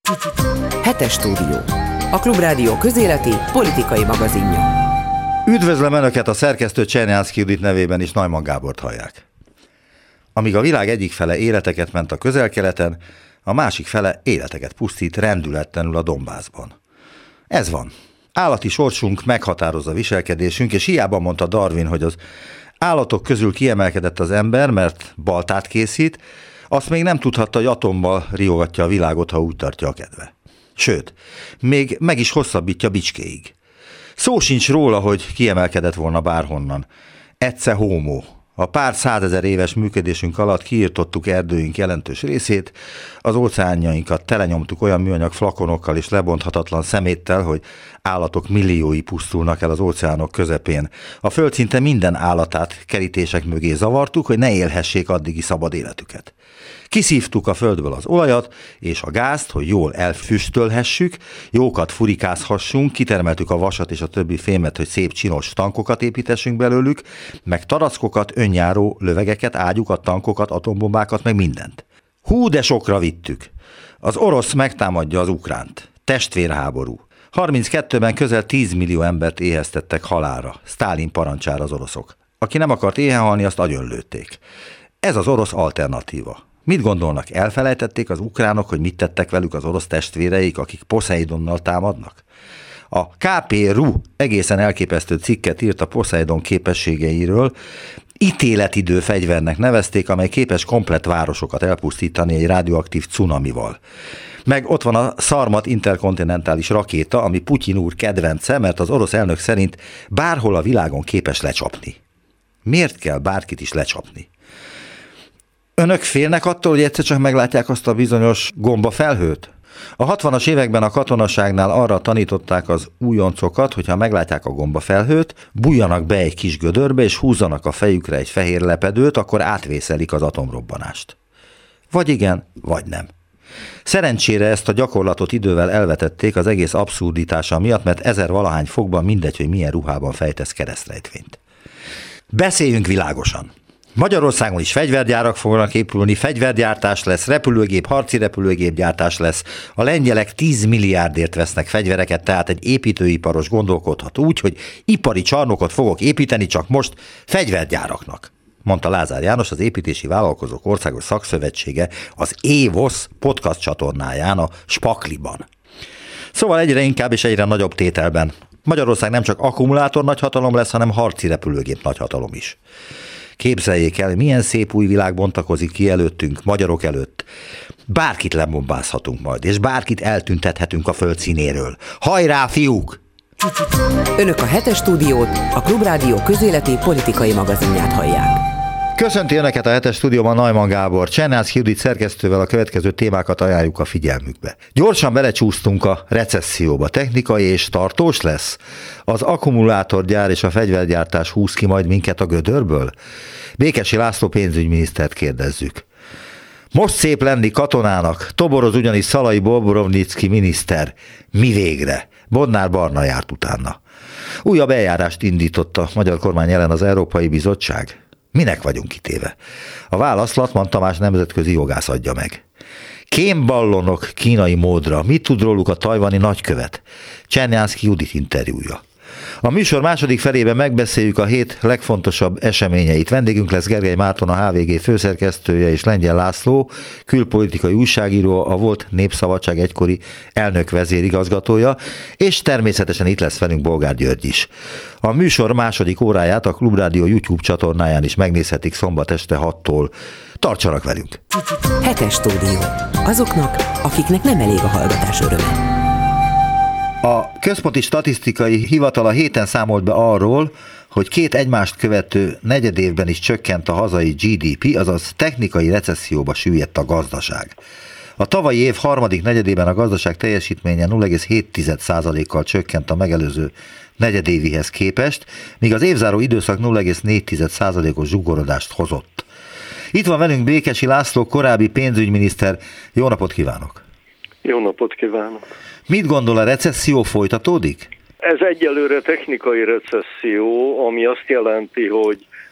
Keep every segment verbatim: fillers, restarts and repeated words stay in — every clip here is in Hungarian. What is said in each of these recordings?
Hetes stúdió. A Klubrádió közéleti politikai magazinja. Üdvözlöm Önöket, a szerkesztő Csernyánszky Judit nevében is Neumann Gábort hallják. Amíg a világ egyik fele életeket ment a Közel-Keleten, a másik fele életeket pusztít rendületlenül a Donbassban. Ez van. Állati sorsunk meghatározza viselkedésünk, és hiába mondta Darwin, hogy az állatok közül kiemelkedett az ember, mert baltát készít, azt még nem tudhatta, hogy atombal riogatja a világot, ha úgy tartja a kedve. Sőt, még meg is hosszabbítja bicskéig. Szó sincs róla, hogy kiemelkedett volna bárhonnan. Ecce homo. A pár százezer éves működésünk alatt kiirtottuk erdőink jelentős részét, az óceánjainkat telenyomtuk olyan műanyag flakonokkal és lebonthatatlan szeméttel, hogy állatok milliói pusztulnak el az óceánok közepén. A föld szinte minden állatát kerítések mögé zavartuk, hogy ne élhessék addigi szabad életüket. Kiszívtuk a földből az olajat és a gázt, hogy jól elfüstölhessük, jókat furikázhassunk, kitermeltük a vasat és a többi fémet, hogy szép csinos tankokat építessünk belőlük, meg tarackokat, önjáró lövegeket, ágyukat, tankokat, atombombákat, meg mindent. Hú, de sokra vittük. Az orosz megtámadja az ukránt. Testvérháború. harminckettőben közel tíz millió embert éheztettek halálra. Sztálin parancsára az oroszok. Aki nem akart éhen halni, azt agyonlőtték. Ez az orosz alternatíva. Mit gondolnak, elfelejtették az ukránok, hogy mit tettek velük az orosz testvéreik, akik Poseidonnal támadnak? A ká pé er u egészen elképesztő cikket írt a Poseidon képességeiről, ítéletidő fegyvernek nevezték, amely képes komplett városokat elpusztítani egy radioaktív cunamival. Meg ott van a Szarmat interkontinentális rakéta, ami Putyin úr kedvence, mert az orosz elnök szerint bárhol a világon képes lecsapni. Miért kell bárkit is lecsapni? Önök félnek attól, hogy egyszer csak meglátják azt a bizonyos gombafelhőt? A hatvanas években a katonaságnál arra tanították az újoncokat, hogyha meglátják a gombafelhőt, bújjanak be egy kis gödörbe, és húzzanak a fejükre egy fehér lepedőt, akkor átvészelik az atomrobbanást. Vagy igen, vagy nem. Szerencsére ezt a gyakorlatot idővel elvetették az egész abszurditása miatt, mert ezer valahány fokban mindegy, hogy milyen ruhában fejtesz keresztrejtvényt. Beszéljünk világosan. Magyarországon is fegyvergyárak fognak épülni, fegyvergyártás lesz, repülőgép, harci repülőgép gyártás lesz. A lengyelek tíz milliárdért vesznek fegyvereket, tehát egy építőiparos gondolkodhat úgy, hogy ipari csarnokot fogok építeni, csak most fegyvergyáraknak, mondta Lázár János, az Építési Vállalkozók Országos Szakszövetsége az évosz podcast csatornáján, a Spakliban. Szóval egyre inkább és egyre nagyobb tételben. Magyarország nem csak akkumulátor nagyhatalom lesz, hanem harci repülőgép nagyhatalom is. Képzeljék el, milyen szép új világ bontakozik ki előttünk, magyarok előtt. Bárkit lebombázhatunk majd, és bárkit eltüntethetünk a föld színéről. Hajrá, fiúk! Önök a Hetes stúdiót, a Klubrádió közéleti politikai magazinját hallják. Köszönti Önöket a Hetes stúdióban Neumann Gábor. Csernyánszky Judit szerkesztővel a következő témákat ajánljuk a figyelmükbe. Gyorsan belecsúsztunk a recesszióba. Technikai és tartós lesz? Az akkumulátorgyár és a fegyvergyártás húz ki majd minket a gödörből? Békessy László pénzügyminisztert kérdezzük. Most szép lenni katonának, toboroz ugyanis Szalai Bobrovnicki miniszter. Mi végre? Bodnár Barna járt utána. Újabb eljárást indított a magyar kormány ellen az Európai Bizottság. Minek vagyunk kitéve? A választ Latman Tamás nemzetközi jogász adja meg. Kémballonok kínai módra. Mit tud róluk a tajvani nagykövet? Csernyánszky Judit interjúja. A műsor második felében megbeszéljük a hét legfontosabb eseményeit. Vendégünk lesz Gergely Márton, a há vé gé főszerkesztője, és Lengyel László, külpolitikai újságíró, a volt Népszabadság egykori elnök vezérigazgatója, és természetesen itt lesz velünk Bolgár György is. A műsor második óráját a Klubrádió YouTube csatornáján is megnézhetik szombat este hattól. Tartsanak velünk! Hetes stúdió. Azoknak, akiknek nem elég a hallgatás öröme. A Központi Statisztikai Hivatal a héten számolt be arról, hogy két egymást követő negyedévben is csökkent a hazai gé dé pé, azaz technikai recesszióba süllyedt a gazdaság. A tavalyi év harmadik negyedében a gazdaság teljesítménye nulla egész hét százalékkal csökkent a megelőző negyedévihez képest, míg az évzáró időszak nulla egész négy százalékos zsugorodást hozott. Itt van velünk Békessy László, korábbi pénzügyminiszter. Jó napot kívánok! Jó napot kívánok! Mit gondol, a recesszió folytatódik? Ez egyelőre technikai recesszió, ami azt jelenti, hogy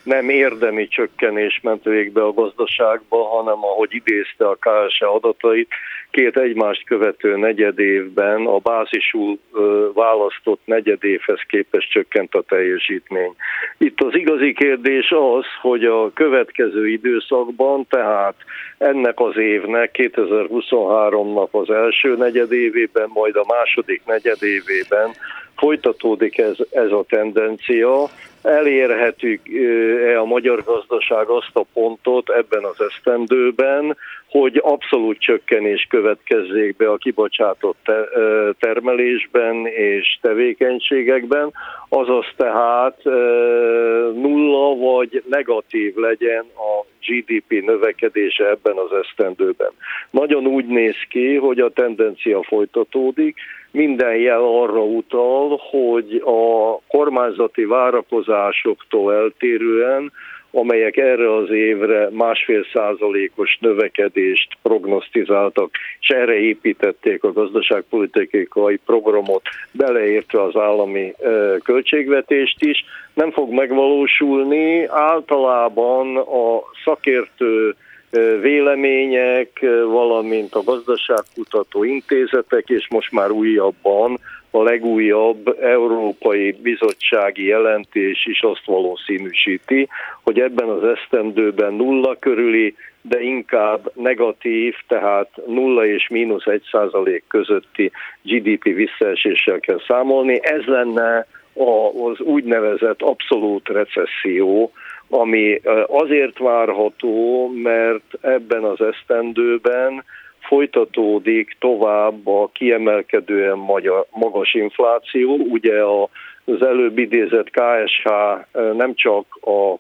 nem érdemi csökkenés ment végbe a gazdaságba, hanem ahogy idézte a ká es há adatait, két egymást követő negyedévben a bázisul választott negyedévhez képest csökkent a teljesítmény. Itt az igazi kérdés az, hogy a következő időszakban, tehát ennek az évnek, kétezer-huszonháromnak az első negyedévében, majd a második negyedévében folytatódik ez, ez a tendencia. Elérhetjük-e a magyar gazdaság azt a pontot ebben az esztendőben, hogy abszolút csökkenés következzék be a kibocsátott termelésben és tevékenységekben, azaz tehát nulla vagy negatív legyen a gé dé pé növekedése ebben az esztendőben. Nagyon úgy néz ki, hogy a tendencia folytatódik, minden jel arra utal, hogy a kormányzati várakozásoktól eltérően, amelyek erre az évre másfél százalékos növekedést prognosztizáltak, és erre építették a gazdaságpolitikai programot, beleértve az állami költségvetést is, nem fog megvalósulni. Általában a szakértő vélemények, valamint a gazdaságkutató intézetek, és most már újabban a legújabb Európai Bizottsági jelentés is azt valószínűsíti, hogy ebben az esztendőben nulla körüli, de inkább negatív, tehát nulla és mínusz egy százalék közötti gé dé pé visszaeséssel kell számolni. Ez lenne az úgynevezett abszolút recesszió, ami azért várható, mert ebben az esztendőben folytatódik tovább a kiemelkedően magas infláció. Ugye az előbb idézett ká es há nem csak a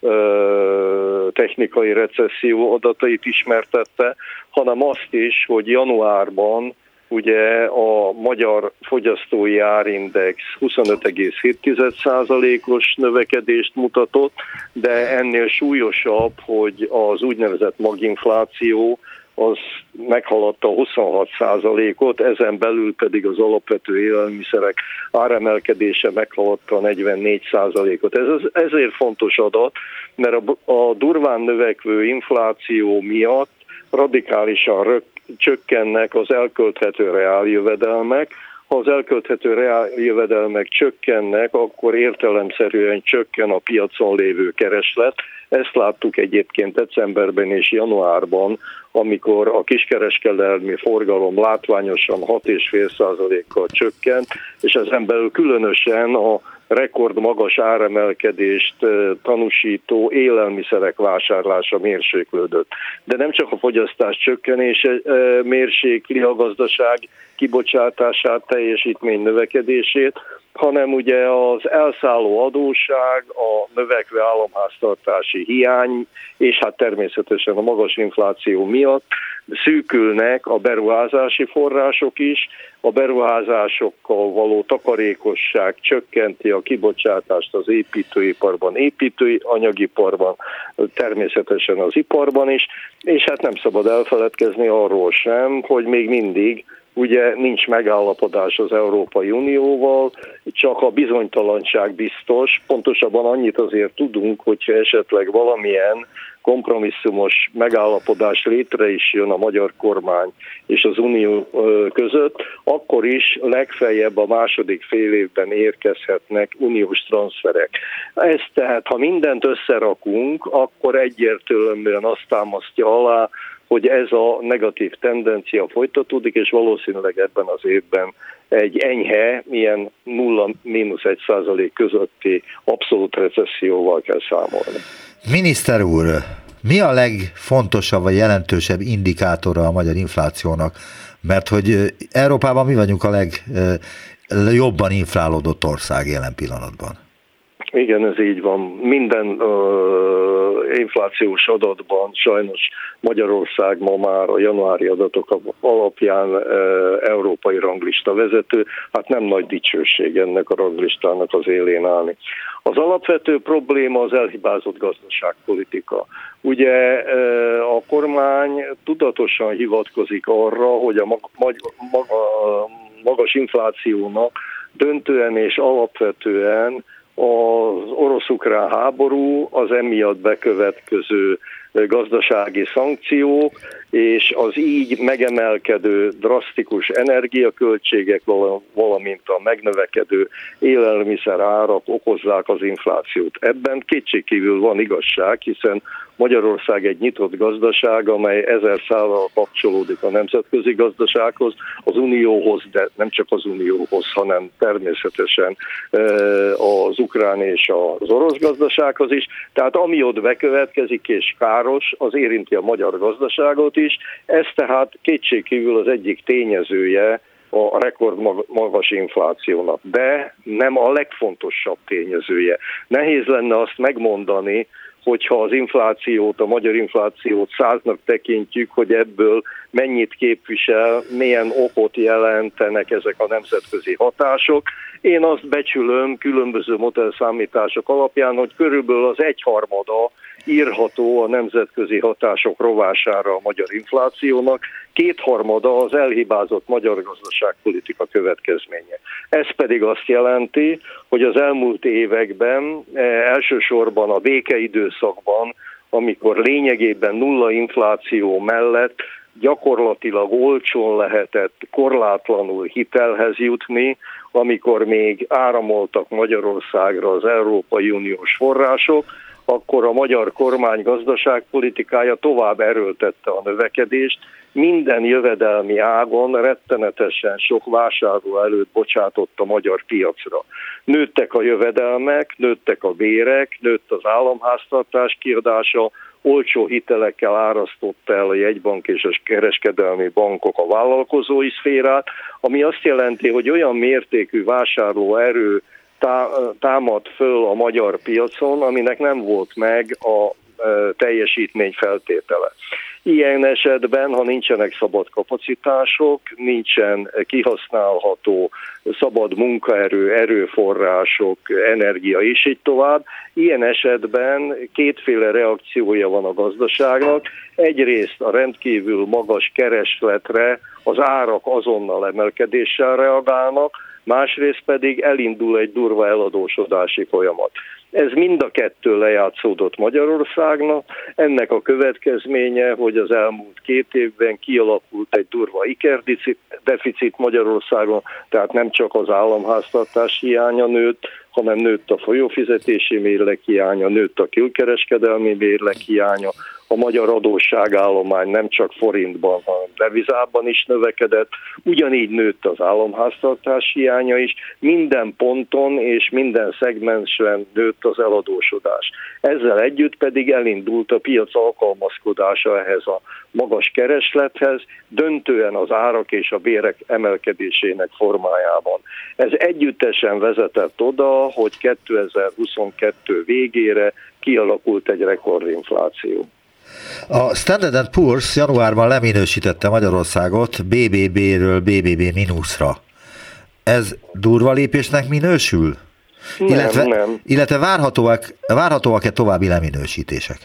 technikai recesszió adatait ismertette, hanem azt is, hogy januárban ugye a magyar fogyasztói árindex huszonöt egész hét százalékos növekedést mutatott, de ennél súlyosabb, hogy az úgynevezett maginfláció az meghaladta huszonhat százalékot, ezen belül pedig az alapvető élelmiszerek áremelkedése meghaladta a negyvennégy százalékot. Ez az, ezért fontos adat, mert a, a durván növekvő infláció miatt radikálisan rög, csökkennek az elkölthető reáljövedelmek. Ha az elkölthető reáljövedelmek csökkennek, akkor értelemszerűen csökken a piacon lévő kereslet. Ezt láttuk egyébként decemberben és januárban, amikor a kiskereskedelmi forgalom látványosan hat egész öt százalékkal csökkent, és ezen belül különösen a rekordmagas áremelkedést tanúsító élelmiszerek vásárlása mérséklődött. De nem csak a fogyasztás csökkenése mérsékli a gazdaság kibocsátását, teljesítmény növekedését, hanem ugye az elszálló adósság, a növekvő államháztartási hiány, és hát természetesen a magas infláció miatt szűkülnek a beruházási források is, a beruházásokkal való takarékosság csökkenti a kibocsátást az építőiparban, építőanyagiparban, természetesen az iparban is, és hát nem szabad elfeledkezni arról sem, hogy még mindig ugye nincs megállapodás az Európai Unióval, csak a bizonytalanság biztos, pontosabban annyit azért tudunk, hogyha esetleg valamilyen kompromisszumos megállapodás létre is jön a magyar kormány és az Unió között, akkor is legfeljebb a második fél évben érkezhetnek uniós transzferek. Ez tehát, ha mindent összerakunk, akkor egyértelműen azt támasztja alá, hogy ez a negatív tendencia folytatódik, és valószínűleg ebben az évben egy enyhe, ilyen nulla mínusz egy százalék közötti abszolút recesszióval kell számolni. Miniszter úr, mi a legfontosabb vagy jelentősebb indikátora a magyar inflációnak? Mert hogy Európában mi vagyunk a legjobban inflálódott ország jelen pillanatban. Igen, ez így van. Minden uh, inflációs adatban sajnos Magyarország ma már a januári adatok alapján uh, európai ranglista vezető. Hát nem nagy dicsőség ennek a ranglistának az élén állni. Az alapvető probléma az elhibázott gazdaságpolitika. Ugye uh, a kormány tudatosan hivatkozik arra, hogy a maga, maga, magas inflációnak döntően és alapvetően az orosz-ukrán háború, az emiatt bekövetkező gazdasági szankciók, és az így megemelkedő drasztikus energiaköltségek, valamint a megnövekedő élelmiszer árak okozzák az inflációt. Ebben kétségkívül van igazság, hiszen Magyarország egy nyitott gazdaság, amely ezer szállal kapcsolódik a nemzetközi gazdasághoz, az Unióhoz, de nem csak az Unióhoz, hanem természetesen az ukrán és az orosz gazdasághoz is. Tehát ami ott bekövetkezik és káros, az érinti a magyar gazdaságot is. Ez tehát kétségkívül az egyik tényezője a rekordmagas inflációnak, de nem a legfontosabb tényezője. Nehéz lenne azt megmondani, hogyha az inflációt, a magyar inflációt száznak tekintjük, hogy ebből mennyit képvisel, milyen okot jelentenek ezek a nemzetközi hatások. Én azt becsülöm különböző modellszámítások alapján, hogy körülbelül az egyharmada írható a nemzetközi hatások rovására a magyar inflációnak, kétharmada az elhibázott magyar gazdaságpolitika következménye. Ez pedig azt jelenti, hogy az elmúlt években, elsősorban a békeidőszakban, amikor lényegében nulla infláció mellett gyakorlatilag olcsón lehetett korlátlanul hitelhez jutni, amikor még áramoltak Magyarországra az Európai Uniós források, akkor a magyar kormány gazdaságpolitikája tovább erőltette a növekedést, minden jövedelmi ágon rettenetesen sok vásárló előtt bocsátott a magyar piacra. Nőttek a jövedelmek, nőttek a bérek, nőtt az államháztartás kiadása, olcsó hitelekkel árasztotta el a jegybank és a kereskedelmi bankok a vállalkozói szférát, ami azt jelenti, hogy olyan mértékű vásárlóerő támad föl a magyar piacon, aminek nem volt meg a teljesítmény feltétele. Ilyen esetben, ha nincsenek szabad kapacitások, nincsen kihasználható szabad munkaerő, erőforrások, energia és így tovább, ilyen esetben kétféle reakciója van a gazdaságnak. Egyrészt a rendkívül magas keresletre az árak azonnal emelkedéssel reagálnak, másrészt pedig elindul egy durva eladósodási folyamat. Ez mind a kettő lejátszódott Magyarországnak. Ennek a következménye, hogy az elmúlt két évben kialakult egy durva ikerdeficit Magyarországon, tehát nem csak az államháztartás hiánya nőtt, hanem nőtt a folyófizetési mérleg hiánya, nőtt a külkereskedelmi mérleg hiánya, a magyar adósságállomány nem csak forintban, hanem devizában is növekedett, ugyanígy nőtt az államháztartás hiánya is, minden ponton és minden szegmensben nőtt az eladósodás. Ezzel együtt pedig elindult a piac alkalmazkodása ehhez a magas kereslethez, döntően az árak és a bérek emelkedésének formájában. Ez együttesen vezetett oda, hogy kétezer-huszonkettő végére kialakult egy rekordinfláció. A Standard and Poor's januárban leminősítette Magyarországot bé bé bé-ről bé bé bé mínuszra. Ez durva lépésnek minősül? Nem, illetve, nem. Illetve várhatóak, várhatóak-e további leminősítések?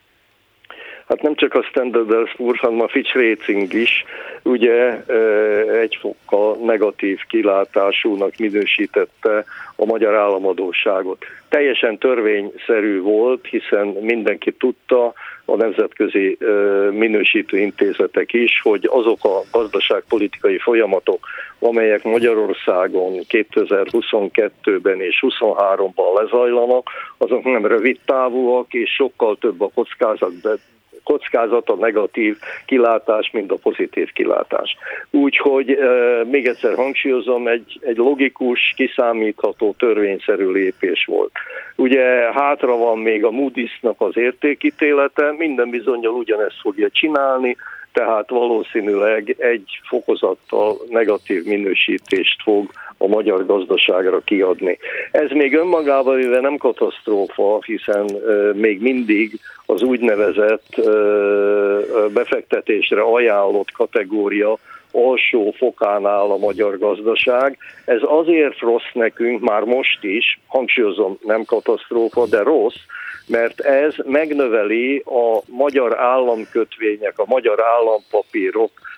Hát nem csak a Standard and Poor's, hanem a Fitch Rating is ugye egy fokkal negatív kilátásúnak minősítette a magyar államadósságot. Teljesen törvényszerű volt, hiszen mindenki tudta, a nemzetközi minősítő intézetek is, hogy azok a gazdaságpolitikai folyamatok, amelyek Magyarországon kétezer-huszonkettőben és huszonháromban lezajlanak, azok nem rövid távúak, és sokkal több a kockázat, kockázat, a negatív kilátás, mint a pozitív kilátás. Úgyhogy e, még egyszer hangsúlyozom, egy, egy logikus, kiszámítható, törvényszerű lépés volt. Ugye hátra van még a Moody's-nak az értékítélete, minden bizonnyal ugyanezt fogja csinálni, tehát valószínűleg egy fokozattal negatív minősítést fog a magyar gazdaságra kiadni. Ez még önmagában véve nem katasztrófa, hiszen euh, még mindig az úgynevezett euh, befektetésre ajánlott kategória alsó fokán áll a magyar gazdaság. Ez azért rossz nekünk, már most is, hangsúlyozom, nem katasztrófa, de rossz, mert ez megnöveli a magyar államkötvények, a magyar állampapírok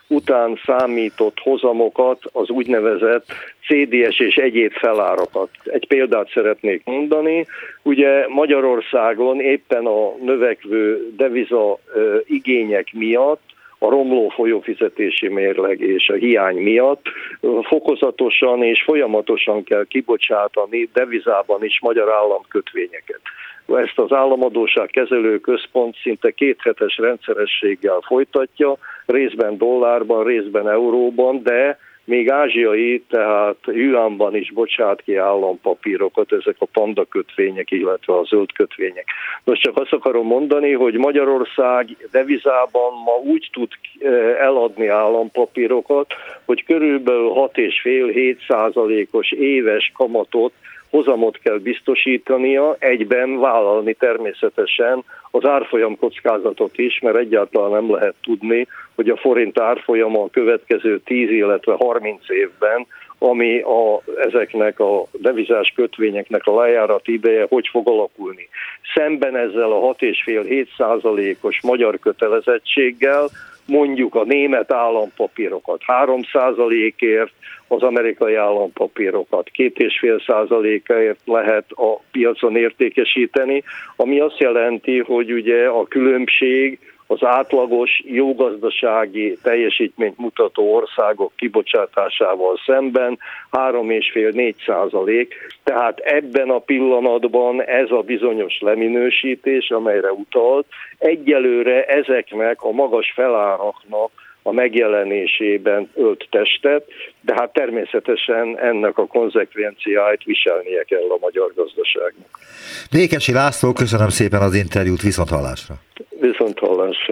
után számított hozamokat, az úgynevezett cé dé es és egyéb felárakat. Egy példát szeretnék mondani. Ugye Magyarországon éppen a növekvő deviza igények miatt, a romló folyófizetési mérleg és a hiány miatt fokozatosan és folyamatosan kell kibocsátani devizában is magyar államkötvényeket. Ezt az államadósság kezelő központ szinte kéthetes rendszerességgel folytatja, részben dollárban, részben euróban, de még ázsiai, tehát juanban is bocsát ki állampapírokat, ezek a panda kötvények, illetve a zöld kötvények. Most csak azt akarom mondani, hogy Magyarország devizában ma úgy tud eladni állampapírokat, hogy körülbelül hat egész öt-hét százalékos éves kamatot, hozamot kell biztosítania, egyben vállalni természetesen az árfolyam kockázatot is, mert egyáltalán nem lehet tudni, hogy a forint árfolyama a következő tíz, illetve harminc évben, ami a, ezeknek a devizás kötvényeknek a lejárati ideje, hogy fog alakulni. Szemben ezzel a hat egész öt-hét százalékos magyar kötelezettséggel mondjuk a német állampapírokat három százalékért, az amerikai állampapírokat két egész öt százalékért lehet a piacon értékesíteni, ami azt jelenti, hogy ugye a különbség az átlagos jó gazdasági teljesítményt mutató országok kibocsátásával szemben három egész öt-négy százalék. Tehát ebben a pillanatban ez a bizonyos leminősítés, amelyre utalt, egyelőre ezeknek a magas feláraknak a megjelenésében ölt testet, de hát természetesen ennek a konzekvenciáit viselnie kell a magyar gazdaságnak. Rékesi László, köszönöm szépen az interjút, viszonthallásra. Viszonthallásra.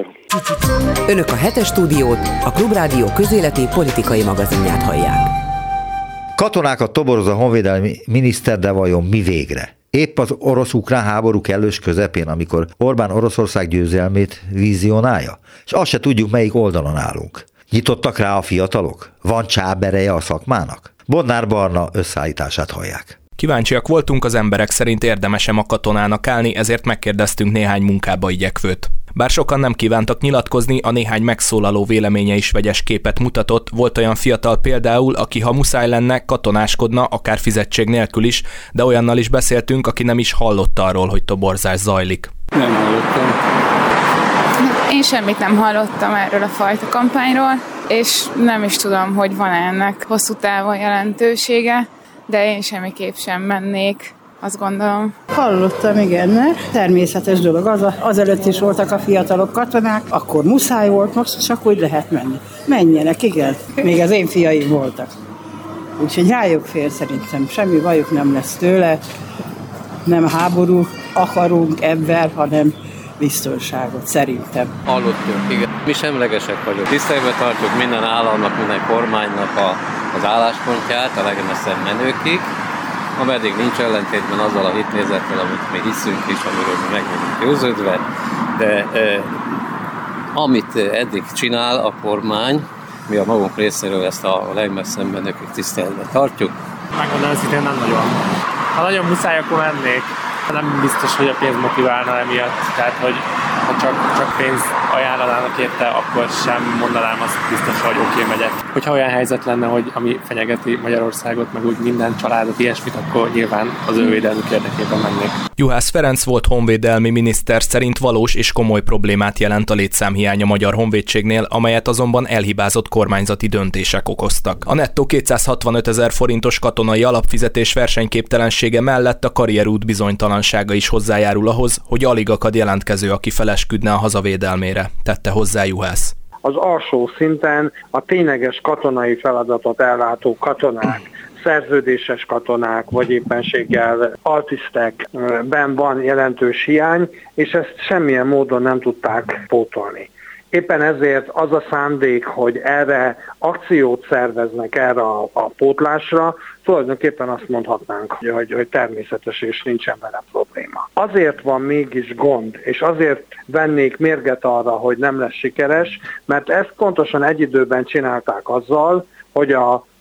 Önök a Hetes Stúdiót, a Klubrádió közéleti politikai magazinját hallják. Katonákat toboroz a honvédelmi miniszter, de vajon mi végre? Épp az orosz-ukrán háború kellős közepén, amikor Orbán Oroszország győzelmét vizionálja? És azt se tudjuk, melyik oldalon állunk. Nyitottak rá a fiatalok? Van csábereje a szakmának? Bodnár Barna összeállítását hallják. Kíváncsiak voltunk, az emberek szerint érdemesem a katonának állni, ezért megkérdeztünk néhány munkába igyekvőt. Bár sokan nem kívántak nyilatkozni, a néhány megszólaló véleménye is vegyes képet mutatott. Volt olyan fiatal például, aki ha muszáj lenne, katonáskodna, akár fizetség nélkül is, de olyannal is beszéltünk, aki nem is hallott arról, hogy toborzás zajlik. Nem hallottam. Én semmit nem hallottam erről a fajta kampányról, és nem is tudom, hogy van ennek hosszú távon jelentősége, de én semmiképp sem mennék, azt gondolom. Hallottam, igen, mert természetes dolog. Az, azelőtt is voltak a fiatalok katonák, akkor muszáj volt, most csak úgy lehet menni. Menjenek, igen. Még az én fiaim voltak. Úgyhogy rájuk fér szerintem. Semmi bajuk nem lesz tőle. Nem háború akarunk ebben, hanem biztonságot, szerintem. Hallottunk, igen. Mi semlegesek vagyunk. Tiszteletben tartjuk minden államnak, minden kormánynak a, az álláspontját, a legmesszebb menőkig, ameddig nincs ellentétben azzal a hitnézettel, amit mi hiszünk is, amiről mi meg vagyunk győződve, de eh, amit eddig csinál a kormány, mi a magunk részéről ezt a legmesszebb menőkig tiszteletben tartjuk. Megmondom őszintén, nem nagyon. Ha nagyon muszáj, akkor mennék. Nem biztos, hogy a pénz motiválna emiatt, tehát hogy ha csak, csak pénz ajánlanának érte, akkor sem mondanám azt biztos, hogy oké, okay, megyek. Hogyha olyan helyzet lenne, hogy ami fenyegeti Magyarországot, meg úgy minden családot, ilyesmit, akkor nyilván az ő védelmük érdekében mennék. Juhász Ferenc volt honvédelmi miniszter szerint valós és komoly problémát jelent a létszámhiány a magyar honvédségnél, amelyet azonban elhibázott kormányzati döntések okoztak. A nettó kétszázhatvanöt ezer forintos katonai alapfizetés versenyképtelensége mellett a karrierút bizonytalansága is hozzájárul ahhoz, hogy alig akad jelentkező, aki felesküdne a hazavédelmére, tette hozzá Juhász. Az alsó szinten a tényleges katonai feladatot ellátó katonák, szerződéses katonák, vagy éppenséggel altisztekben van jelentős hiány, és ezt semmilyen módon nem tudták pótolni. Éppen ezért az a szándék, hogy erre akciót szerveznek erre a, a pótlásra, tulajdonképpen azt mondhatnánk, hogy, hogy természetes és nincsen vele probléma. Azért van mégis gond, és azért vennék mérget arra, hogy nem lesz sikeres, mert ezt pontosan egy időben csinálták azzal, hogy a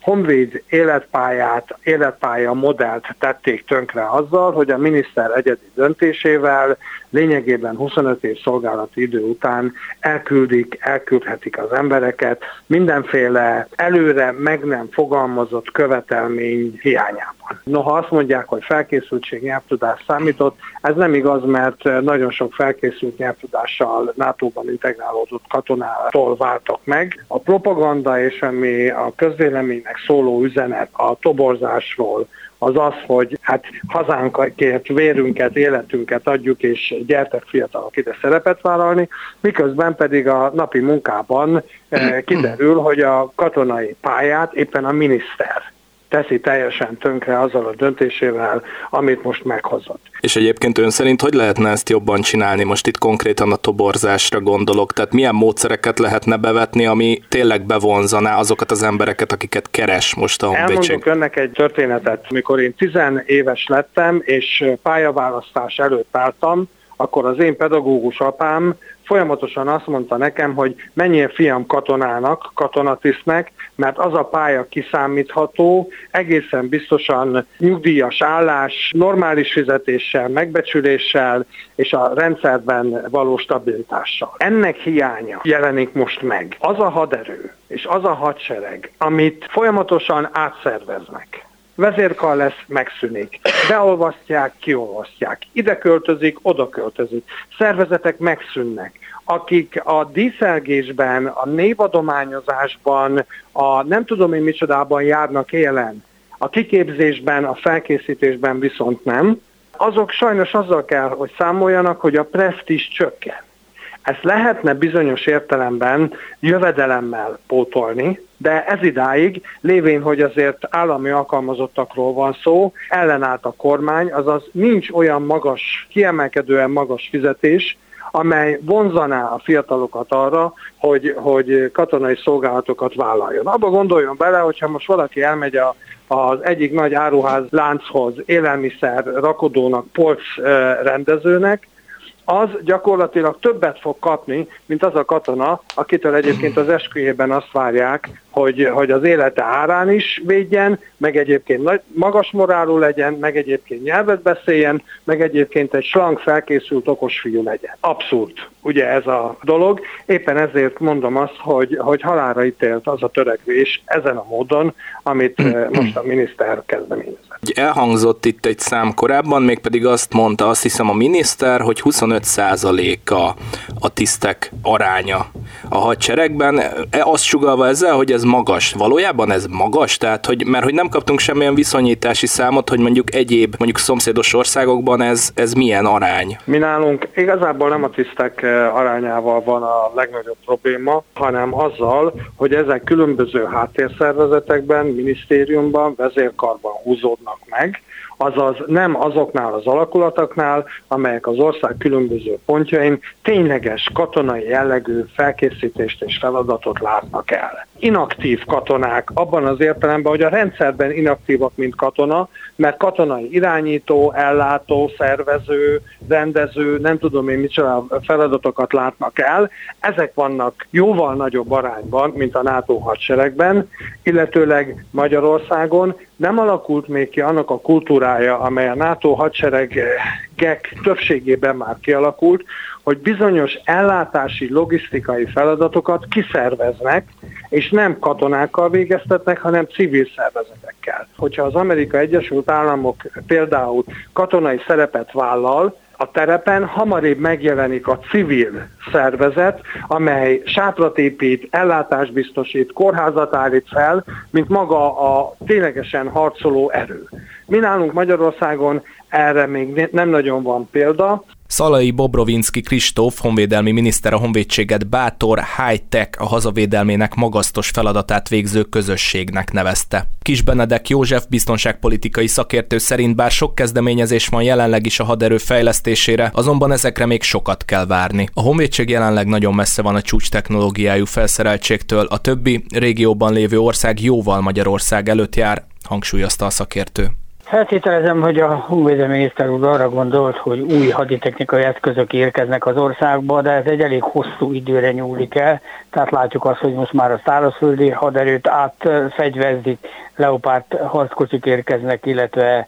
honvéd életpályát, életpálya modellt tették tönkre azzal, hogy a miniszter egyedi döntésével lényegében huszonöt év szolgálati idő után elküldik, elküldhetik az embereket mindenféle előre meg nem fogalmazott követelmény hiányában. Noha azt mondják, hogy felkészültség, nyelvtudás számított, ez nem igaz, mert nagyon sok felkészült nyelvtudással nátóban integrálódott katonától váltak meg. A propaganda és ami a közvéleménynek szóló üzenet a toborzásról, az az, hogy hát hazánkért vérünket, életünket adjuk, és gyertek fiatalok ide szerepet vállalni, miközben pedig a napi munkában eh, kiderül, hogy a katonai pályát éppen a miniszter teszi teljesen tönkre azzal a döntésével, amit most meghozott. És egyébként ön szerint hogy lehetne ezt jobban csinálni? Most itt konkrétan a toborzásra gondolok. Tehát milyen módszereket lehetne bevetni, ami tényleg bevonzaná azokat az embereket, akiket keres most a honvédség? Elmondok önnek egy történetet. Mikor én tizenéves lettem, és pályaválasztás előtt álltam, akkor az én pedagógus apám folyamatosan azt mondta nekem, hogy menjél fiam katonának, katonatisztnek, mert az a pálya kiszámítható, egészen biztosan nyugdíjas állás, normális fizetéssel, megbecsüléssel és a rendszerben való stabilitással. Ennek hiánya jelenik most meg. Az a haderő és az a hadsereg, amit folyamatosan átszerveznek. Vezérkar lesz, megszűnik. Beolvasztják, kiolvasztják. Ide költözik, oda költözik. Szervezetek megszűnnek. Akik a díszelgésben, a névadományozásban, a nem tudom én micsodában járnak élen, a kiképzésben, a felkészítésben viszont nem, azok sajnos azzal kell, hogy számoljanak, hogy a presztízs csökken. Ezt lehetne bizonyos értelemben jövedelemmel pótolni, de ez idáig, lévén, hogy azért állami alkalmazottakról van szó, ellenállt a kormány, azaz nincs olyan magas, kiemelkedően magas fizetés, amely vonzaná a fiatalokat arra, hogy, hogy katonai szolgálatokat vállaljon. Abba gondoljon bele, hogyha most valaki elmegy a, az egyik nagy áruház lánchoz, élelmiszer rakodónak, polc rendezőnek, az gyakorlatilag többet fog kapni, mint az a katona, akitől egyébként az esküjében azt várják, hogy, hogy az élete árán is védjen, meg egyébként nagy, magas morálú legyen, meg egyébként nyelvet beszéljen, meg egyébként egy slank, felkészült, okos fiú legyen. Abszurd, ugye ez a dolog. Éppen ezért mondom azt, hogy, hogy halálra ítélt az a törekvés ezen a módon, amit most a miniszter kezdeményezett. Elhangzott itt egy szám korábban, mégpedig azt mondta, azt hiszem a miniszter, hogy huszonöt százaléka a tisztek aránya a hadseregben. Azt sugallva ezzel, hogy ez magas. Valójában ez magas? Tehát, hogy, mert hogy nem kaptunk semmilyen viszonyítási számot, hogy mondjuk egyéb, mondjuk szomszédos országokban ez, ez milyen arány? Mi nálunk igazából nem a tisztek arányával van a legnagyobb probléma, hanem azzal, hogy ezek különböző háttérszervezetekben, minisztériumban, vezérkarban húzódnak meg, azaz nem azoknál az alakulatoknál, amelyek az ország különböző pontjain tényleges katonai jellegű felkészítést és feladatot látnak el. Inaktív katonák abban az értelemben, hogy a rendszerben inaktívak, mint katona, mert katonai irányító, ellátó, szervező, rendező, nem tudom én micsoda feladatokat látnak el. Ezek vannak jóval nagyobb arányban, mint a NATO hadseregben, illetőleg Magyarországon nem alakult még ki annak a kultúrája, amely a NATO hadseregek többségében már kialakult, hogy bizonyos ellátási, logisztikai feladatokat kiszerveznek, és nem katonákkal végeztetnek, hanem civil szervezetekkel. Hogyha az Amerikai Egyesült Államok például katonai szerepet vállal, a terepen hamarébb megjelenik a civil szervezet, amely sátrat épít, ellátást biztosít, kórházat állít fel, mint maga a ténylegesen harcoló erő. Mi nálunk Magyarországon erre még nem nagyon van példa. Szalai Bobrovinszky Kristóf honvédelmi miniszter a honvédséget bátor, high-tech, a hazavédelmének magasztos feladatát végző közösségnek nevezte. Kis Benedek József biztonságpolitikai szakértő szerint bár sok kezdeményezés van jelenleg is a haderő fejlesztésére, azonban ezekre még sokat kell várni. A honvédség jelenleg nagyon messze van a csúcs technológiájú felszereltségtől, a többi régióban lévő ország jóval Magyarország előtt jár, hangsúlyozta a szakértő. Feltételezem, hogy a honvédelmi miniszter úr arra gondolt, hogy új haditechnikai eszközök érkeznek az országba, de ez egy elég hosszú időre nyúlik el. Tehát látjuk azt, hogy most már a szárazföldi haderőt átfegyverzik, Leopard harckocsik érkeznek, illetve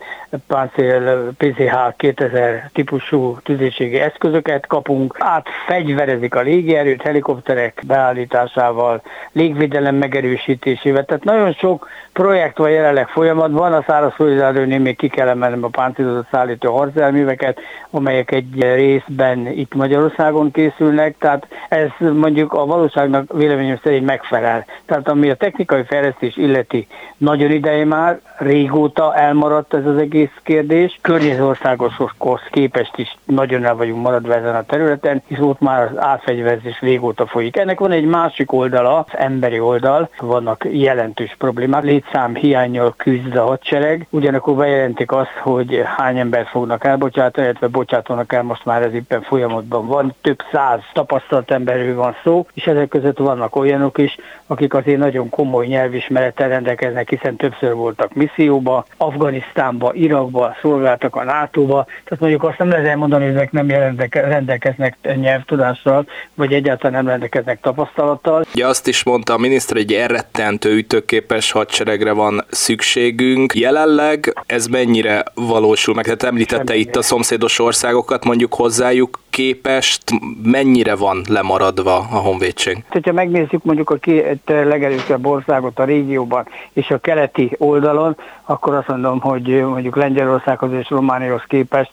páncél pé cé há kétezer típusú tüzérségi eszközöket kapunk, átfegyverezik a légierőt helikopterek beállításával, légvédelem megerősítésével. Tehát nagyon sok projekt van jelenleg folyamatban, a szárazföldi haderőnél még ki kell emelnem a páncélozott szállító harcjárműveket, amelyek egy részben itt Magyarországon készülnek, tehát ez mondjuk a valóságnak véleményem szerint megfelel. Tehát ami a technikai fejlesztés illeti, nagyon ideje már, régóta elmaradt ez az egész kérdés. Környező országokhoz képest is nagyon el vagyunk maradva ezen a területen, hisz ott már az átfegyverzés régóta folyik. Ennek van egy másik oldala, az emberi oldal, vannak jelentős problémák, létszám hiánnyal küzd a hadsereg, ugyanakkor bejelentik azt, hogy hány embert fognak elbocsátani, illetve bocsátanak el, most már ez éppen folyamatban van, több száz tapasztalt emberről van szó, és ezek között vannak olyanok is, akik azért nagyon komoly nyelvismerettel rendelkeznek, hiszen többször voltak misszióba, Afganisztánba, Irakba, szolgáltak a nátóba, tehát mondjuk azt nem lehet elmondani, hogy ezek nem rendelkeznek nyelvtudással, vagy egyáltalán nem rendelkeznek tapasztalattal. Ugye azt is mondta a miniszter, hogy elrettentő ütőképes hadseregre van szükségünk. Jelenleg ez mennyire valósul meg? Tehát említette Semmi itt a szomszédos országokat, mondjuk hozzájuk képest mennyire van lemaradva a honvédség? Ha megnézzük mondjuk a két legelősebb országot a régióban és a keleti oldalon, akkor azt mondom, hogy mondjuk Lengyelországhoz és Romániához képest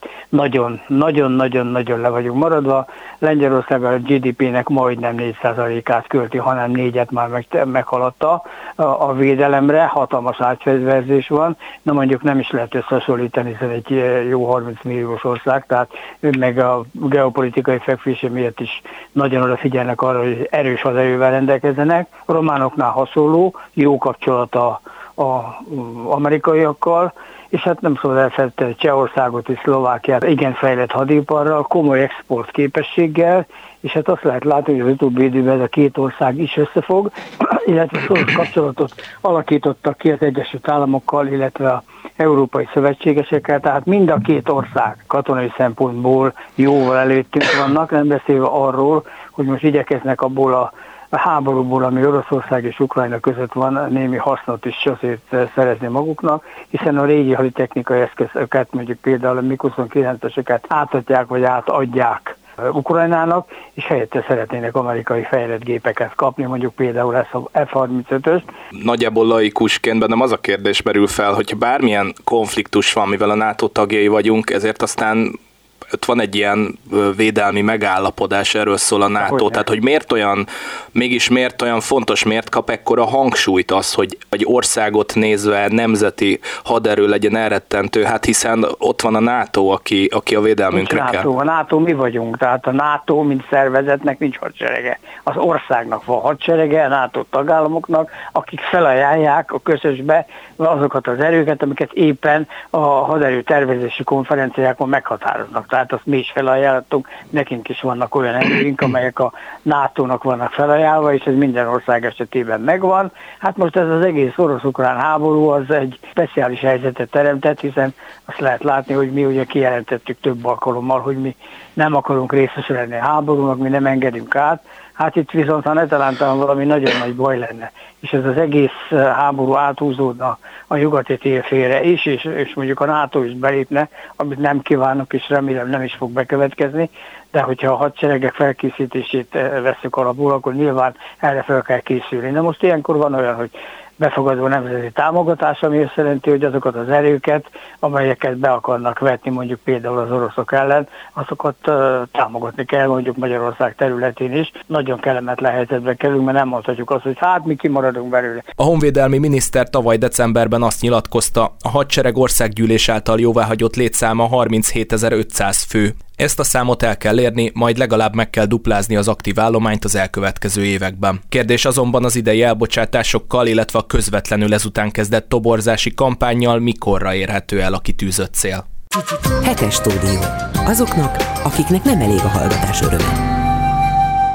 nagyon-nagyon-nagyon-nagyon le vagyunk maradva. Lengyelország a gé dé pének majdnem négy százalékát költi, hanem négyet már meg, meghaladta a, a védelemre, hatalmas átfegyverzés van, na mondjuk nem is lehet összehasonlítani, hiszen egy jó harminc milliós ország, tehát meg a geopolitikai fekvése miatt is nagyon odafigyelnek arra, hogy erős haderővel rendelkezzenek. A románoknál hasonló, jó kapcsolata az amerikaiakkal, és hát nem szabad elfelejteni Csehországot és Szlovákiát igen fejlett hadiparral, komoly export képességgel, és hát azt lehet látni, hogy az utóbbi időben ez a két ország is összefog, illetve szoros kapcsolatot alakítottak ki az Egyesült Államokkal, illetve a európai szövetségesekkel, tehát mind a két ország katonai szempontból jóval előttünk vannak, nem beszélve arról, hogy most igyekeznek abból a a háborúból, ami Oroszország és Ukrajna között van, némi hasznot is azért szerezni maguknak, hiszen a régi haditechnikai eszközöket, mondjuk például a mig huszonkilenceseket átadják vagy átadják Ukrajnának, és helyette szeretnének amerikai fejlett gépeket kapni, mondjuk például ezt a ef harmincötöst. Nagyjából laikusként bennem az a kérdés merül fel, hogyha bármilyen konfliktus van, mivel a NATO tagjai vagyunk, ezért aztán ott van egy ilyen védelmi megállapodás, erről szól a NATO, hogy tehát hogy miért olyan, mégis miért olyan fontos, miért kap ekkora hangsúlyt az, hogy egy országot nézve nemzeti haderő legyen elrettentő, hát hiszen ott van a NATO, aki, aki a védelmünkre nincs kell. NATO, a NATO mi vagyunk, tehát a NATO, mint szervezetnek nincs hadserege. Az országnak van hadserege, a NATO tagállamoknak, akik felajánlják a közösbe azokat az erőket, amiket éppen a haderő tervezési konferenciákon meghatároznak. Tehát azt mi is felajánlottunk, nekünk is vannak olyan erőink, amelyek a nátónak vannak felajánlva, és ez minden ország esetében megvan. Hát most ez az egész orosz-ukrán háború az egy speciális helyzetet teremtett, hiszen azt lehet látni, hogy mi ugye kijelentettük több alkalommal, hogy mi nem akarunk részes lenni a háborúnak, mi nem engedünk át. Hát itt viszont, ha netalántán valami nagyon nagy baj lenne, és ez az egész háború áthúzódna a nyugati térfélre is, és, és mondjuk a NATO is belépne, amit nem kívánok, és remélem nem is fog bekövetkezni, de hogyha a hadseregek felkészítését veszük alapul, akkor nyilván erre fel kell készülni. De most ilyenkor van olyan, hogy befogadó nemzeti támogatás, ami azt jelenti, hogy azokat az erőket, amelyeket be akarnak vetni mondjuk például az oroszok ellen, azokat uh, támogatni kell mondjuk Magyarország területén is. Nagyon kellemetlen helyzetbe kerülünk, mert nem mondhatjuk azt, hogy hát mi kimaradunk belőle. A honvédelmi miniszter tavaly decemberben azt nyilatkozta, a hadsereg országgyűlés által jóváhagyott létszáma harminchétezer-ötszáz fő. Ezt a számot el kell érni, majd legalább meg kell duplázni az aktív állományt az elkövetkező években. Kérdés azonban az idei elbocsátásokkal, illetve a közvetlenül ezután kezdett toborzási kampánnyal mikorra érhető el a kitűzött cél. Hetes stúdió. Azoknak, akiknek nem elég a hallgatás öröme.